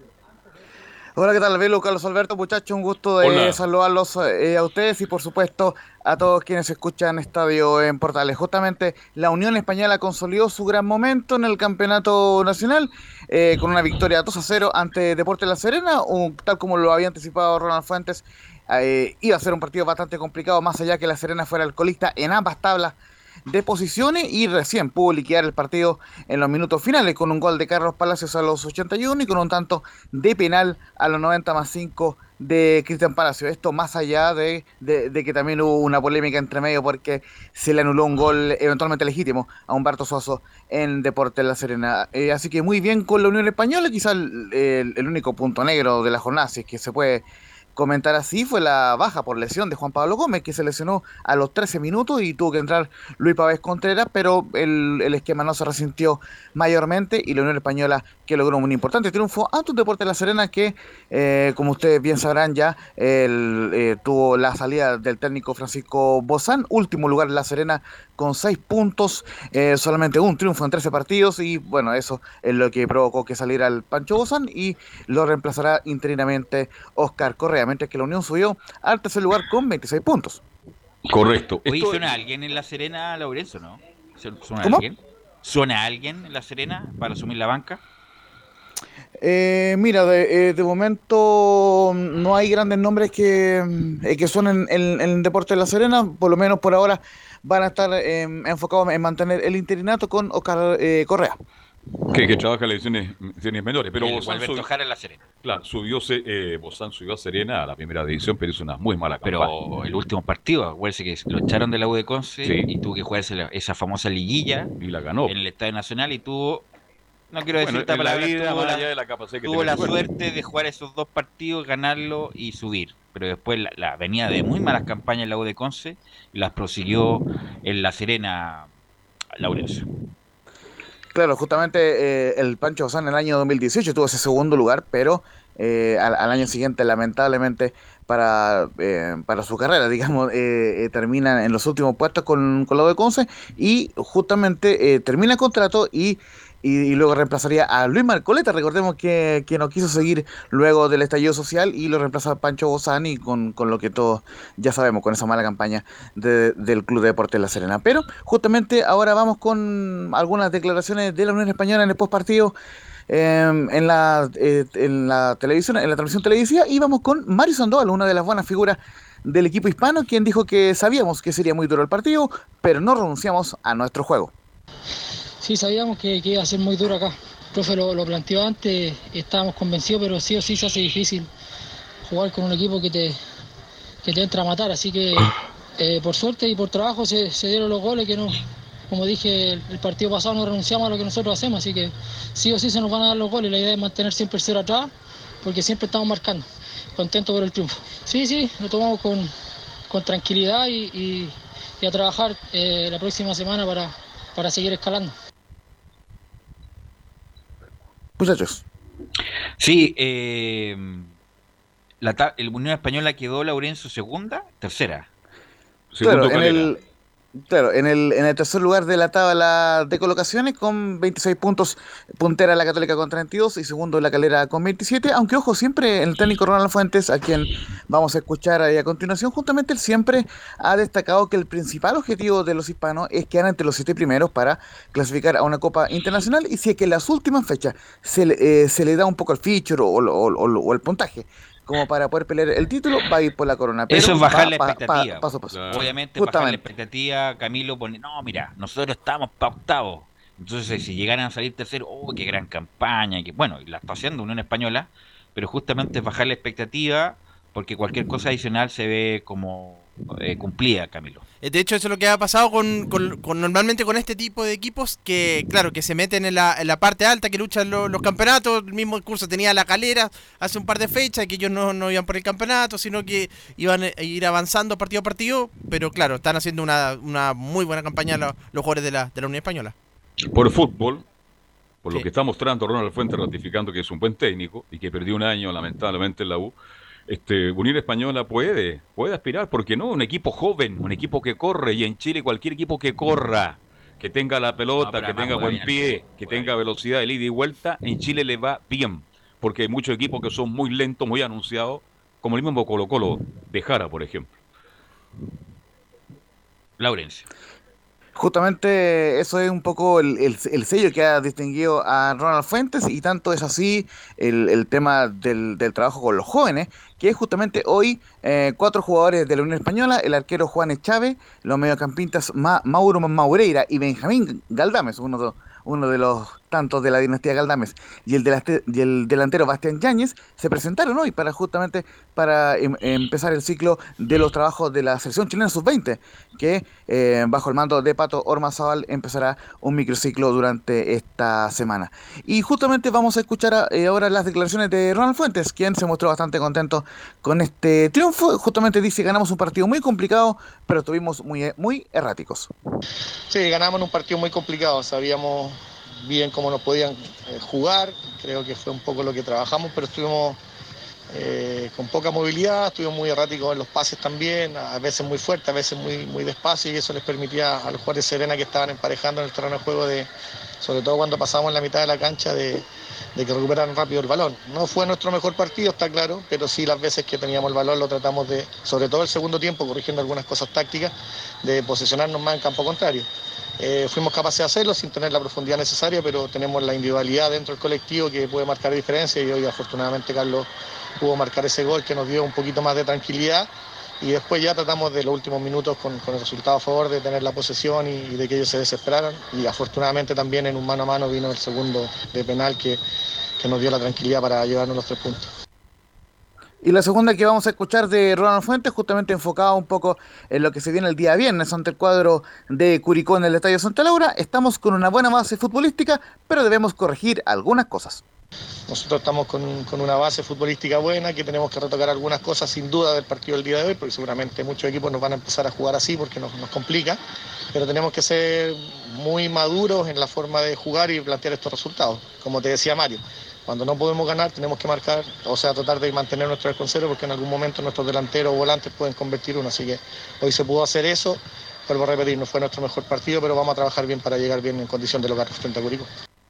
Hola, ¿qué tal, Velo? Carlos Alberto, muchachos, un gusto de saludarlos a ustedes y por supuesto a todos quienes escuchan Estadio en Portales. Justamente la Unión Española consolidó su gran momento en el campeonato nacional con una victoria 2-0 ante Deportes La Serena, tal como lo había anticipado Ronald Fuentes. Iba a ser un partido bastante complicado, más allá que La Serena fuera el colista en ambas tablas de posiciones, y recién pudo liquidar el partido en los minutos finales con un gol de Carlos Palacios a los 81 y con un tanto de penal a los 90+5 de Cristian Palacios. Esto más allá de que también hubo una polémica entre medio porque se le anuló un gol eventualmente legítimo a Humberto Soso en Deportes La Serena. Así que muy bien con la Unión Española. Quizá el único punto negro de la jornada, si es que se puede comentar así, fue la baja por lesión de Juan Pablo Gómez, que se lesionó a los 13 minutos y tuvo que entrar Luis Pavés Contreras, pero el esquema no se resintió mayormente y la Unión Española, que logró un importante triunfo ante un Deportes La Serena que, como ustedes bien sabrán ya, tuvo la salida del técnico Francisco Bozán, último lugar en La Serena con 6 puntos, solamente un triunfo en 13 partidos, y bueno, eso es lo que provocó que saliera el Pancho Bozán y lo reemplazará interinamente Oscar Correa, mientras que la Unión subió al tercer lugar con 26 puntos. Correcto. Oye, ¿suena alguien en La Serena, Laurencio, no? ¿Suena ¿Cómo? alguien? ¿Suena alguien en La Serena para asumir la banca? Mira, de momento no hay grandes nombres que suenen en Deportes de La Serena, por lo menos por ahora van a estar enfocados en mantener el interinato con Oscar Correa. Que trabaja en las divisiones menores, pero Bozán Alberto Jara en La Serena. Claro, Bozán subió a Serena a la primera división, pero hizo una muy mala campaña. Pero el último partido, acuérdense que lo echaron de la U de Conce, sí, y tuvo que jugarse esa famosa liguilla y la ganó en el Estadio Nacional, y tuvo, no quiero decir esta en palabra, la vida, tuvo la suerte de jugar esos dos partidos, ganarlo y subir, pero después la venía de muy malas campañas en la U de Conce y las prosiguió en La Serena, Laurencio. Claro, justamente el Pancho Bozán en el año 2018 tuvo ese segundo lugar, pero al año siguiente, lamentablemente, para su carrera, digamos, termina en los últimos puestos con la U de Conce, y justamente termina el contrato y luego reemplazaría a Luis Marcoleta. Recordemos que no quiso seguir luego del estallido social y lo reemplaza a Pancho Bozán, y con lo que todos ya sabemos, con esa mala campaña del Club de Deportes La Serena. Pero justamente ahora vamos con algunas declaraciones de la Unión Española en el postpartido en la televisión, en la transmisión televisiva, y vamos con Mario Sandoval, una de las buenas figuras del equipo hispano, quien dijo que sabíamos que sería muy duro el partido, pero no renunciamos a nuestro juego. Sí, sabíamos que iba a ser muy duro acá. El profe lo planteó antes, estábamos convencidos, pero sí o sí se hace difícil jugar con un equipo que te entra a matar. Así que por suerte y por trabajo se dieron los goles, que no, como dije el partido pasado, no renunciamos a lo que nosotros hacemos, así que sí o sí se nos van a dar los goles. La idea es mantener siempre el 0 atrás, porque siempre estamos marcando. Contento por el triunfo. Sí, lo tomamos con tranquilidad y a trabajar la próxima semana para seguir escalando. Muchachos. Sí, el Unión Española quedó, Laurencio, tercera. Claro, en el tercer lugar de la tabla de colocaciones con 26 puntos, puntera la Católica con 32 y segundo la Calera con 27, aunque ojo, siempre el técnico Ronald Fuentes, a quien vamos a escuchar ahí a continuación, justamente él siempre ha destacado que el principal objetivo de los hispanos es quedar entre los 7 primeros para clasificar a una Copa Internacional, y si es que en las últimas fechas se le da un poco el feature o el puntaje como para poder pelear el título, va a ir por la corona. Pero eso es bajar la expectativa. Paso a paso. Claro. Obviamente, bajar la expectativa. Camilo pone, no, mira, nosotros estamos para octavo. Entonces, si llegaran a salir tercero, qué gran campaña. Bueno, y la está haciendo Unión Española, pero justamente es bajar la expectativa, porque cualquier cosa adicional se ve como cumplida, Camilo. De hecho, eso es lo que ha pasado con normalmente con este tipo de equipos, que claro, que se meten en la parte alta, que luchan los campeonatos. El mismo curso tenía la Calera hace un par de fechas, que ellos no iban por el campeonato, sino que iban a ir avanzando partido a partido, pero claro, están haciendo una muy buena campaña los jugadores de la Unión Española. Por fútbol, lo que está mostrando Ronald Fuentes, ratificando que es un buen técnico y que perdió un año lamentablemente en la U, Unión Española puede aspirar, ¿por qué no? Un equipo joven, un equipo que corre, y en Chile cualquier equipo que corra, que tenga la pelota, que tenga buen pie, que tenga velocidad de ida y vuelta, en Chile le va bien, porque hay muchos equipos que son muy lentos, muy anunciados, como el mismo Colo-Colo de Jara, por ejemplo. Laurencio. Justamente eso es un poco el sello que ha distinguido a Ronald Fuentes, y tanto es así el tema del trabajo con los jóvenes, que es justamente hoy 4 jugadores de la Unión Española, el arquero Juan Chávez, los mediocampistas Mauro Maureira y Benjamín Galdames, uno de los tantos de la dinastía Galdames, y el delantero Bastián Yáñez, se presentaron hoy justamente para empezar el ciclo de los trabajos de la selección chilena sub-20, que bajo el mando de Pato Ormazábal empezará un microciclo durante esta semana. Y justamente vamos a escuchar ahora las declaraciones de Ronald Fuentes, quien se mostró bastante contento con este triunfo. Justamente dice: ganamos un partido muy complicado, pero estuvimos muy erráticos. Sí, ganamos un partido muy complicado, sabíamos bien cómo nos podían jugar, creo que fue un poco lo que trabajamos, pero estuvimos con poca movilidad, estuvimos muy erráticos en los pases también, a veces muy fuerte, a veces muy despacio, y eso les permitía a los jugadores de Serena que estaban emparejando en el terreno de juego, sobre todo cuando pasábamos en la mitad de la cancha, de que recuperaran rápido el balón. No fue nuestro mejor partido, está claro, pero sí las veces que teníamos el balón lo tratamos de, sobre todo el segundo tiempo, corrigiendo algunas cosas tácticas, de posicionarnos más en campo contrario. Fuimos capaces de hacerlo sin tener la profundidad necesaria, pero tenemos la individualidad dentro del colectivo que puede marcar diferencia, y hoy afortunadamente Carlos pudo marcar ese gol que nos dio un poquito más de tranquilidad, y después ya tratamos de los últimos minutos con el resultado a favor de tener la posesión y de que ellos se desesperaran, y afortunadamente también en un mano a mano vino el segundo de penal que nos dio la tranquilidad para llevarnos los 3 puntos. Y la segunda que vamos a escuchar de Ronald Fuentes, justamente enfocada un poco en lo que se viene el día viernes ante el cuadro de Curicó en el Estadio Santa Laura. Estamos con una buena base futbolística, pero debemos corregir algunas cosas. Nosotros estamos con una base futbolística buena, que tenemos que retocar algunas cosas sin duda del partido del día de hoy, porque seguramente muchos equipos nos van a empezar a jugar así porque nos complica, pero tenemos que ser muy maduros en la forma de jugar y plantear estos resultados. Como te decía Mario, cuando no podemos ganar tenemos que marcar, o sea, tratar de mantener nuestro 3-0, porque en algún momento nuestros delanteros o volantes pueden convertir uno, así que hoy se pudo hacer eso. Vuelvo a repetir, no fue nuestro mejor partido, pero vamos a trabajar bien para llegar bien en condición de local frente a Curicó.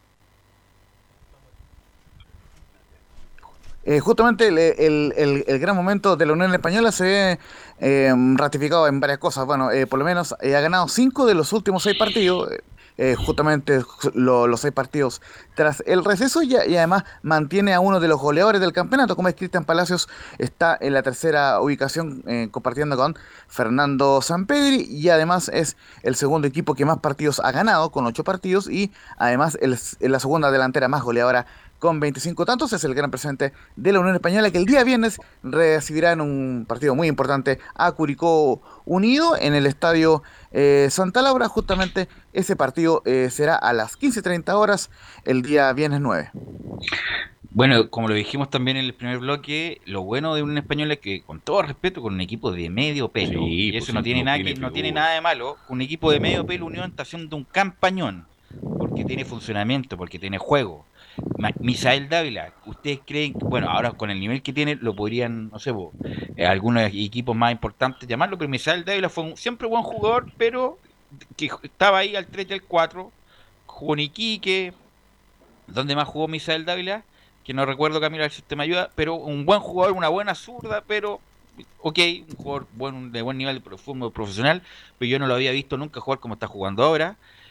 Justamente el gran momento de la Unión Española se ve ratificado en varias cosas. Bueno, por lo menos ha ganado 5 de los últimos 6 partidos, justamente los 6 partidos tras el receso, y además mantiene a uno de los goleadores del campeonato, como es Cristian Palacios. Está en la tercera ubicación, compartiendo con Fernando Sampedri, y además es el segundo equipo que más partidos ha ganado, con 8 partidos, y además la segunda delantera más goleadora con 25 tantos. Es el gran presente de la Unión Española, que el día viernes recibirá en un partido muy importante a Curicó Unido en el Estadio Santa Laura. Justamente ese partido será a las 15:30 horas el día viernes 9. Bueno, como lo dijimos también en el primer bloque, lo bueno de Unión Española es que, con todo respeto, con un equipo de medio pelo, y eso no tiene nada de malo, un equipo de medio pelo, Unión está haciendo un campañón, porque tiene funcionamiento, porque tiene juego. Misael Dávila, ¿ustedes creen que, bueno, ahora con el nivel que tiene, lo podrían, no sé, algunos equipos más importantes llamarlo, pero Misael Dávila fue siempre buen jugador, pero que estaba ahí al 3 y al 4, jugó en Iquique, ¿dónde más jugó Misael Dávila? Que no recuerdo, Camilo, el sistema ayuda, pero un buen jugador, una buena zurda, pero ok, un jugador de buen nivel de fútbol profesional, pero yo no lo había visto nunca jugar como está jugando ahora.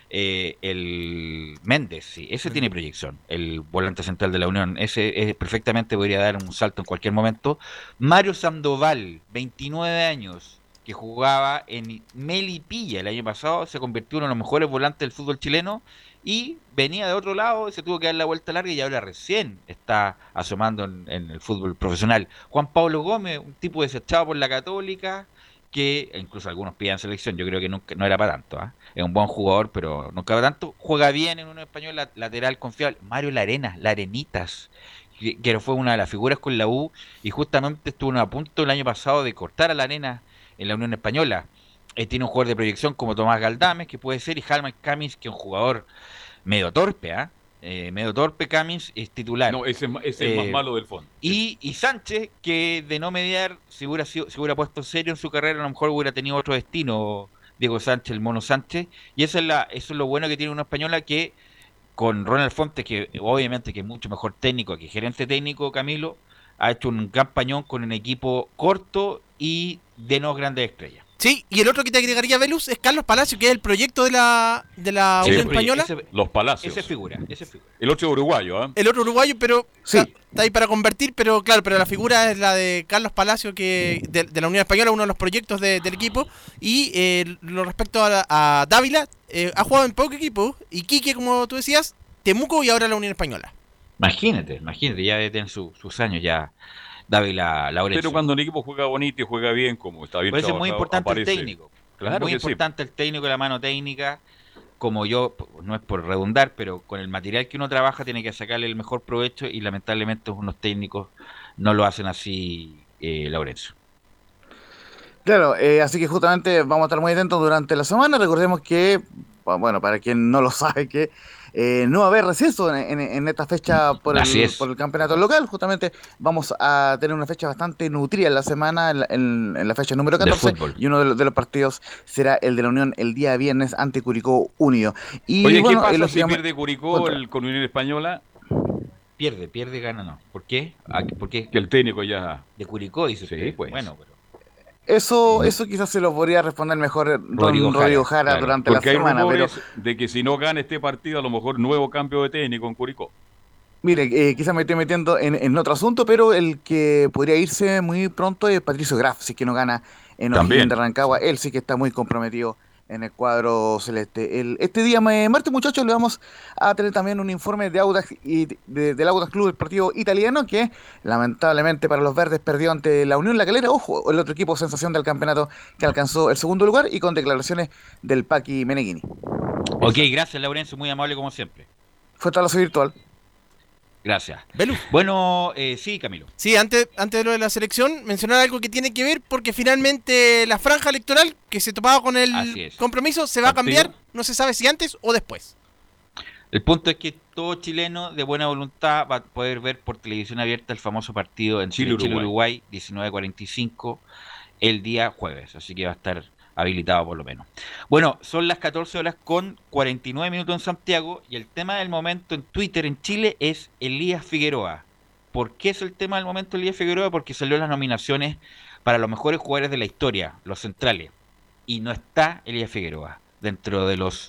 El Méndez, sí, ese tiene proyección, el volante central de la Unión, ese perfectamente podría dar un salto en cualquier momento. Mario Sandoval, 29 años, que jugaba en Melipilla el año pasado, se convirtió en uno de los mejores volantes del fútbol chileno, y venía de otro lado, se tuvo que dar la vuelta larga, y ahora recién está asomando en el fútbol profesional. Juan Pablo Gómez, un tipo desechado por la Católica, que incluso algunos piden selección, yo creo que nunca, no era para tanto, ¿eh? Es un buen jugador, pero nunca para tanto. Juega bien en un español, lateral confiable. Mario Larenitas, que fue una de las figuras con la U, y justamente estuvo a punto el año pasado de cortar a la arena en la Unión Española. Tiene un jugador de proyección como Tomás Galdames, que puede ser, y Halman Camis, que es un jugador medio torpe, medio torpe. Cummings es titular. No, ese es el más malo del fondo. Y Sánchez, que de no mediar, si hubiera puesto serio en su carrera, a lo mejor hubiera tenido otro destino, Diego Sánchez, el Mono Sánchez. Y eso es lo bueno que tiene una española, que con Ronald Fontes, que obviamente que es mucho mejor técnico que gerente técnico, Camilo, ha hecho un gran pañón con un equipo corto y de no grandes estrellas. Sí, y el otro que te agregaría, Velus, es Carlos Palacio, que es el proyecto de la Unión Española. Los Palacios. Ese figura. El otro uruguayo, ¿eh? El otro uruguayo, pero sí, está ahí para convertir, pero claro, pero la figura es la de Carlos Palacio, que de la Unión Española, uno de los proyectos del equipo. Y lo respecto a Dávila, ha jugado en poco equipo, y Quique, como tú decías, Temuco y ahora la Unión Española. Imagínate, ya debe tener sus años ya Dávila Laurencio. Pero cuando el equipo juega bonito y juega bien, como está bien trabajado, es muy importante aparece. el técnico. Claro, muy importante el técnico y la mano técnica. Como yo, no es por redundar, pero con el material que uno trabaja tiene que sacarle el mejor provecho, y lamentablemente unos técnicos no lo hacen así, Laurencio. Claro, así que justamente vamos a estar muy atentos durante la semana. Recordemos que, bueno, para quien no lo sabe, que no va a haber receso en esta fecha por el campeonato local. Justamente vamos a tener una fecha bastante nutrida en la semana, en la fecha número 14, y uno de los partidos será el de la Unión el día viernes ante Curicó Unido. Y oye, bueno, ¿qué pasa si pierde Curicó con Unión Española? Pierde, gana, no. ¿Por qué? Porque que el técnico ya... De Curicó, dice usted. Pues. Bueno, pero... Eso quizás se lo podría responder mejor Rodrigo Jara claro, durante la semana. Porque hay rumores de que si no gana este partido, a lo mejor nuevo cambio de técnico en Curicó. Mire, quizás me estoy metiendo en otro asunto, pero el que podría irse muy pronto es Patricio Graf, si es que no gana en O'Higgins de Rancagua. Él sí que está muy comprometido en el cuadro celeste. Este día, martes, muchachos, le vamos a tener también un informe de Audax y del Audax Club, el partido italiano, que lamentablemente para los verdes perdió ante la Unión La Calera. Ojo, el otro equipo sensación del campeonato que alcanzó el segundo lugar, y con declaraciones del Paqui Meneghini. Ok, gracias, Laurencio, muy amable como siempre. Fue talazo virtual. Gracias. Bueno, sí, Camilo. Sí, antes de lo de la selección, mencionar algo que tiene que ver, porque finalmente la franja electoral que se topaba con el compromiso se va a cambiar, no se sabe si antes o después. El punto es que todo chileno de buena voluntad va a poder ver por televisión abierta el famoso partido en Chile-Uruguay, 19:45, el día jueves, así que va a estar habilitado por lo menos. Bueno, son las 14 horas con 49 minutos en Santiago, y el tema del momento en Twitter en Chile es Elías Figueroa. ¿Por qué es el tema del momento Elías Figueroa? Porque salió las nominaciones para los mejores jugadores de la historia, los centrales, y no está Elías Figueroa dentro de los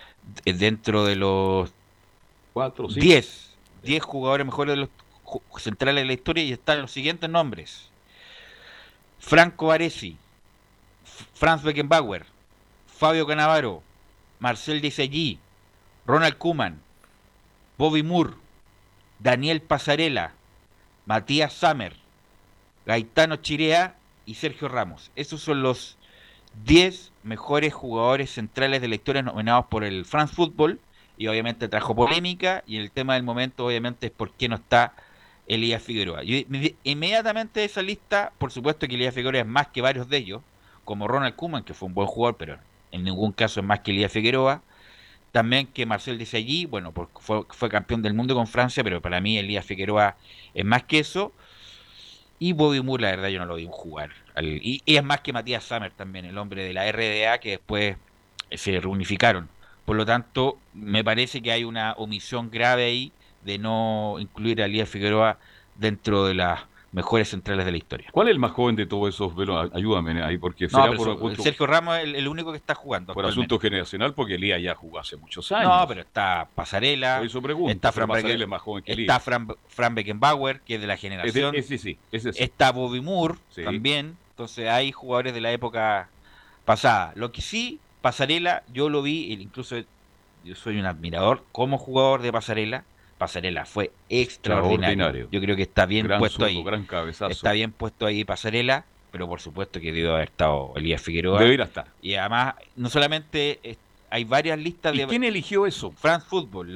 4, 10 jugadores mejores de los centrales de la historia, y están los siguientes nombres: Franco Baresi, Franz Beckenbauer, Fabio Cannavaro, Marcel Desailly, Ronald Koeman, Bobby Moore, Daniel Pasarela, Matías Sammer, Gaetano Chirea y Sergio Ramos. Esos son los 10 mejores jugadores centrales de la historia nominados por el France Football, y obviamente trajo polémica, y el tema del momento obviamente es por qué no está Elías Figueroa. Y inmediatamente de esa lista, por supuesto que Elías Figueroa es más que varios de ellos, como Ronald Koeman, que fue un buen jugador, pero en ningún caso es más que Elías Figueroa. También que Marcel Desailly, bueno, fue campeón del mundo con Francia, pero para mí Elías Figueroa es más que eso. Y Bobby Moore, la verdad, yo no lo vi jugar. Y es más que Matías Sammer también, el hombre de la RDA, que después se reunificaron. Por lo tanto, me parece que hay una omisión grave ahí de no incluir a Elías Figueroa dentro de las mejores centrales de la historia. ¿Cuál es el más joven de todos esos? Bueno, ayúdame ahí, porque Sergio Ramos es el único que está jugando. Por asunto generacional, porque Elías ya jugó hace muchos años. No, pero está Pasarela, está Pasarela es más joven que Elías. Está Fran Beckenbauer, que es de la generación. Ese está Bobby Moore, también. Entonces hay jugadores de la época pasada. Lo que sí, Pasarela, yo lo vi, incluso yo soy un admirador como jugador de Pasarela. Pasarela fue extraordinario. Yo creo que está bien puesto ahí. Gran cabezazo. Está bien puesto ahí Pasarela, pero por supuesto que debe haber estado Elías Figueroa. Debería estar. Y además, no solamente hay varias listas ¿Y quién eligió eso? France Football.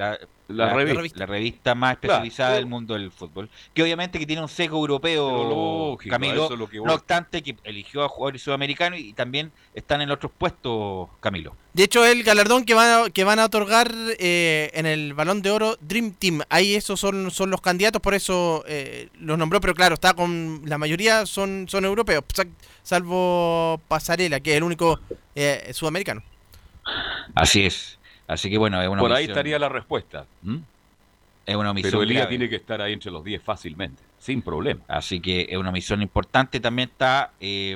La revista más especializada del mundo del fútbol, que obviamente que tiene un sesgo europeo, lógico, Camilo, no obstante que eligió a jugadores sudamericanos y también están en otros puestos, Camilo. De hecho, el galardón que van a otorgar en el Balón de Oro Dream Team, ahí esos son los candidatos, por eso los nombró, pero claro, está con la mayoría son europeos, salvo Pasarela, que es el único sudamericano. Así es. Así que bueno, es una por ahí estaría la respuesta. Es una omisión pero Elías grave. Tiene que estar ahí entre los 10 fácilmente, sin problema. Así que es una omisión importante. También está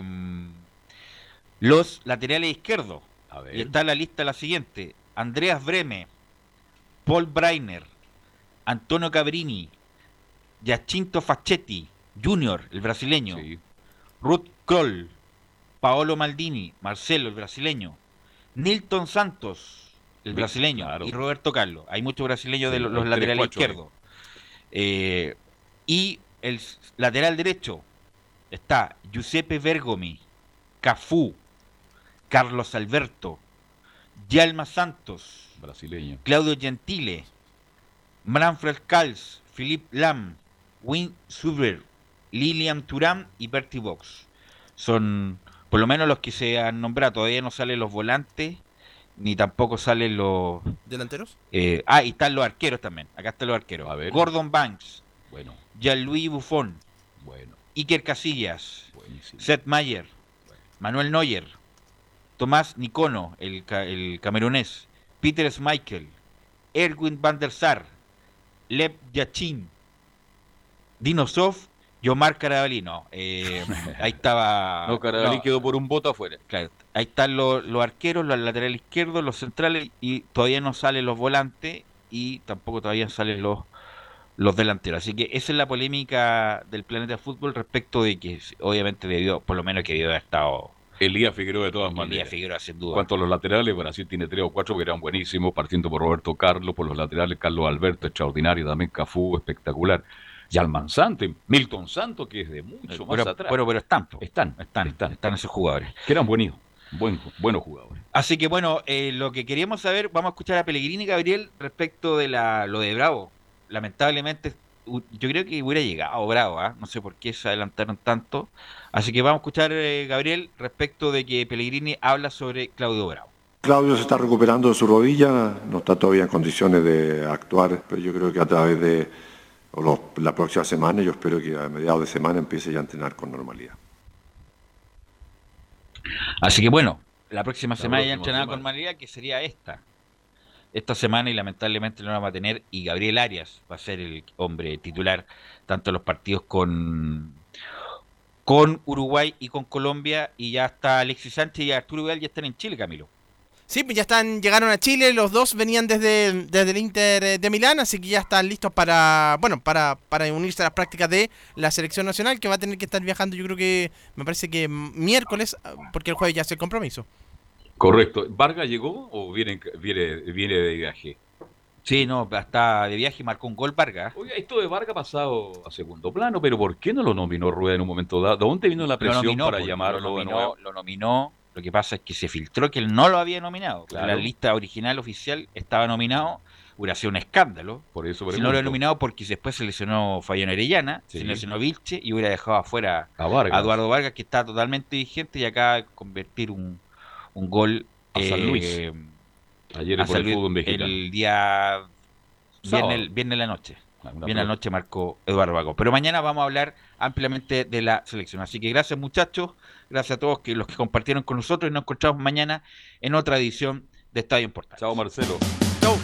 los laterales izquierdos. A ver. Y está la lista la siguiente: Andreas Breme, Paul Breiner, Antonio Cabrini, Giacinto Facchetti Jr., el brasileño, Ruth Kroll, Paolo Maldini, Marcelo, el brasileño, Nilton Santos, el brasileño, claro, y Roberto Carlos. Hay muchos brasileños de los laterales izquierdos. Y el lateral derecho está Giuseppe Bergomi, Cafú, Carlos Alberto, Yalma Santos, brasileño, Claudio Gentile, Manfred Kals, Philippe Lam, Wim Suber, Lilian Thuram y Bertie Box. Son por lo menos los que se han nombrado. Todavía no salen los volantes, ni tampoco salen los delanteros. Y están los arqueros también. Acá están los arqueros. A ver. Gordon Banks, bueno, Gianluigi Buffon, bueno, Iker Casillas, buenísimo, Seth Mayer, bueno, Manuel Neuer, Tomás Nicono, el camerunés, Peter Schmeichel, Erwin van der Sar, Lev Yachin, Dino Sof y Omar Carabalí. Ahí estaba. No, Carabalí quedó por un voto afuera. Claro, ahí están los arqueros, los laterales izquierdos, los centrales, y todavía no salen los volantes y tampoco todavía salen los delanteros. Así que esa es la polémica del Planeta Fútbol respecto de que obviamente por lo menos que debió haber estado Elías Figueroa de todas maneras. Elías Figueroa, sin duda. Cuanto a los laterales, Brasil tiene 3 o 4 que eran buenísimos, partiendo por Roberto Carlos, por los laterales Carlos Alberto, extraordinario, también Cafú, espectacular. Yalman Santos, Milton Santos, que es de mucho más atrás. Pero están esos jugadores. Que eran buenos jugadores. Así que bueno, lo que queríamos saber, vamos a escuchar a Pellegrini, Gabriel, respecto de lo de Bravo. Lamentablemente, yo creo que hubiera llegado Bravo, no sé por qué se adelantaron tanto. Así que vamos a escuchar, Gabriel, respecto de que Pellegrini habla sobre Claudio Bravo. Claudio se está recuperando de su rodilla, no está todavía en condiciones de actuar, pero yo creo que a través de la próxima semana, yo espero que a mediados de semana empiece ya a entrenar con normalidad. Así que bueno, la próxima semana ya entrenará con normalidad, que sería esta semana, y lamentablemente no la va a tener, y Gabriel Arias va a ser el hombre titular tanto en los partidos con Uruguay y con Colombia, y ya está Alexis Sánchez y Arturo Vidal ya están en Chile, Camilo. Sí, pues ya llegaron a Chile, los dos venían desde el Inter de Milán, así que ya están listos para unirse a las prácticas de la selección nacional, que va a tener que estar viajando, yo creo que, me parece que miércoles, porque el jueves ya hace el compromiso. Correcto. ¿Vargas llegó o viene de viaje? Sí, no, está de viaje y marcó un gol Vargas. Oiga, esto de Vargas ha pasado a segundo plano, pero ¿por qué no lo nominó Rueda en un momento dado? ¿De dónde vino la presión para llamarlo de nuevo? Lo nominó. Lo que pasa es que se filtró que él no lo había nominado. Claro. La lista original oficial estaba nominado, hubiera sido un escándalo. Por eso si no lo había nominado, porque después se lesionó Fabián Arellana, se lesionó Vilche y hubiera dejado afuera a Eduardo Vargas, que está totalmente vigente y acaba de convertir un gol a San Luis. Ayer por el fútbol mexicano. El día viernes en la noche. Bien en la noche marcó Eduardo Vargas. Pero mañana vamos a hablar ampliamente de la selección. Así que gracias, muchachos. Gracias a todos los que compartieron con nosotros, y nos encontramos mañana en otra edición de Estadio en Portales. Chao, Marcelo. Chao.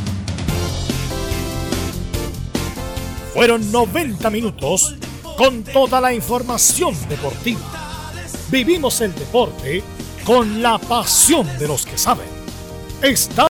Fueron 90 minutos con toda la información deportiva. Vivimos el deporte con la pasión de los que saben.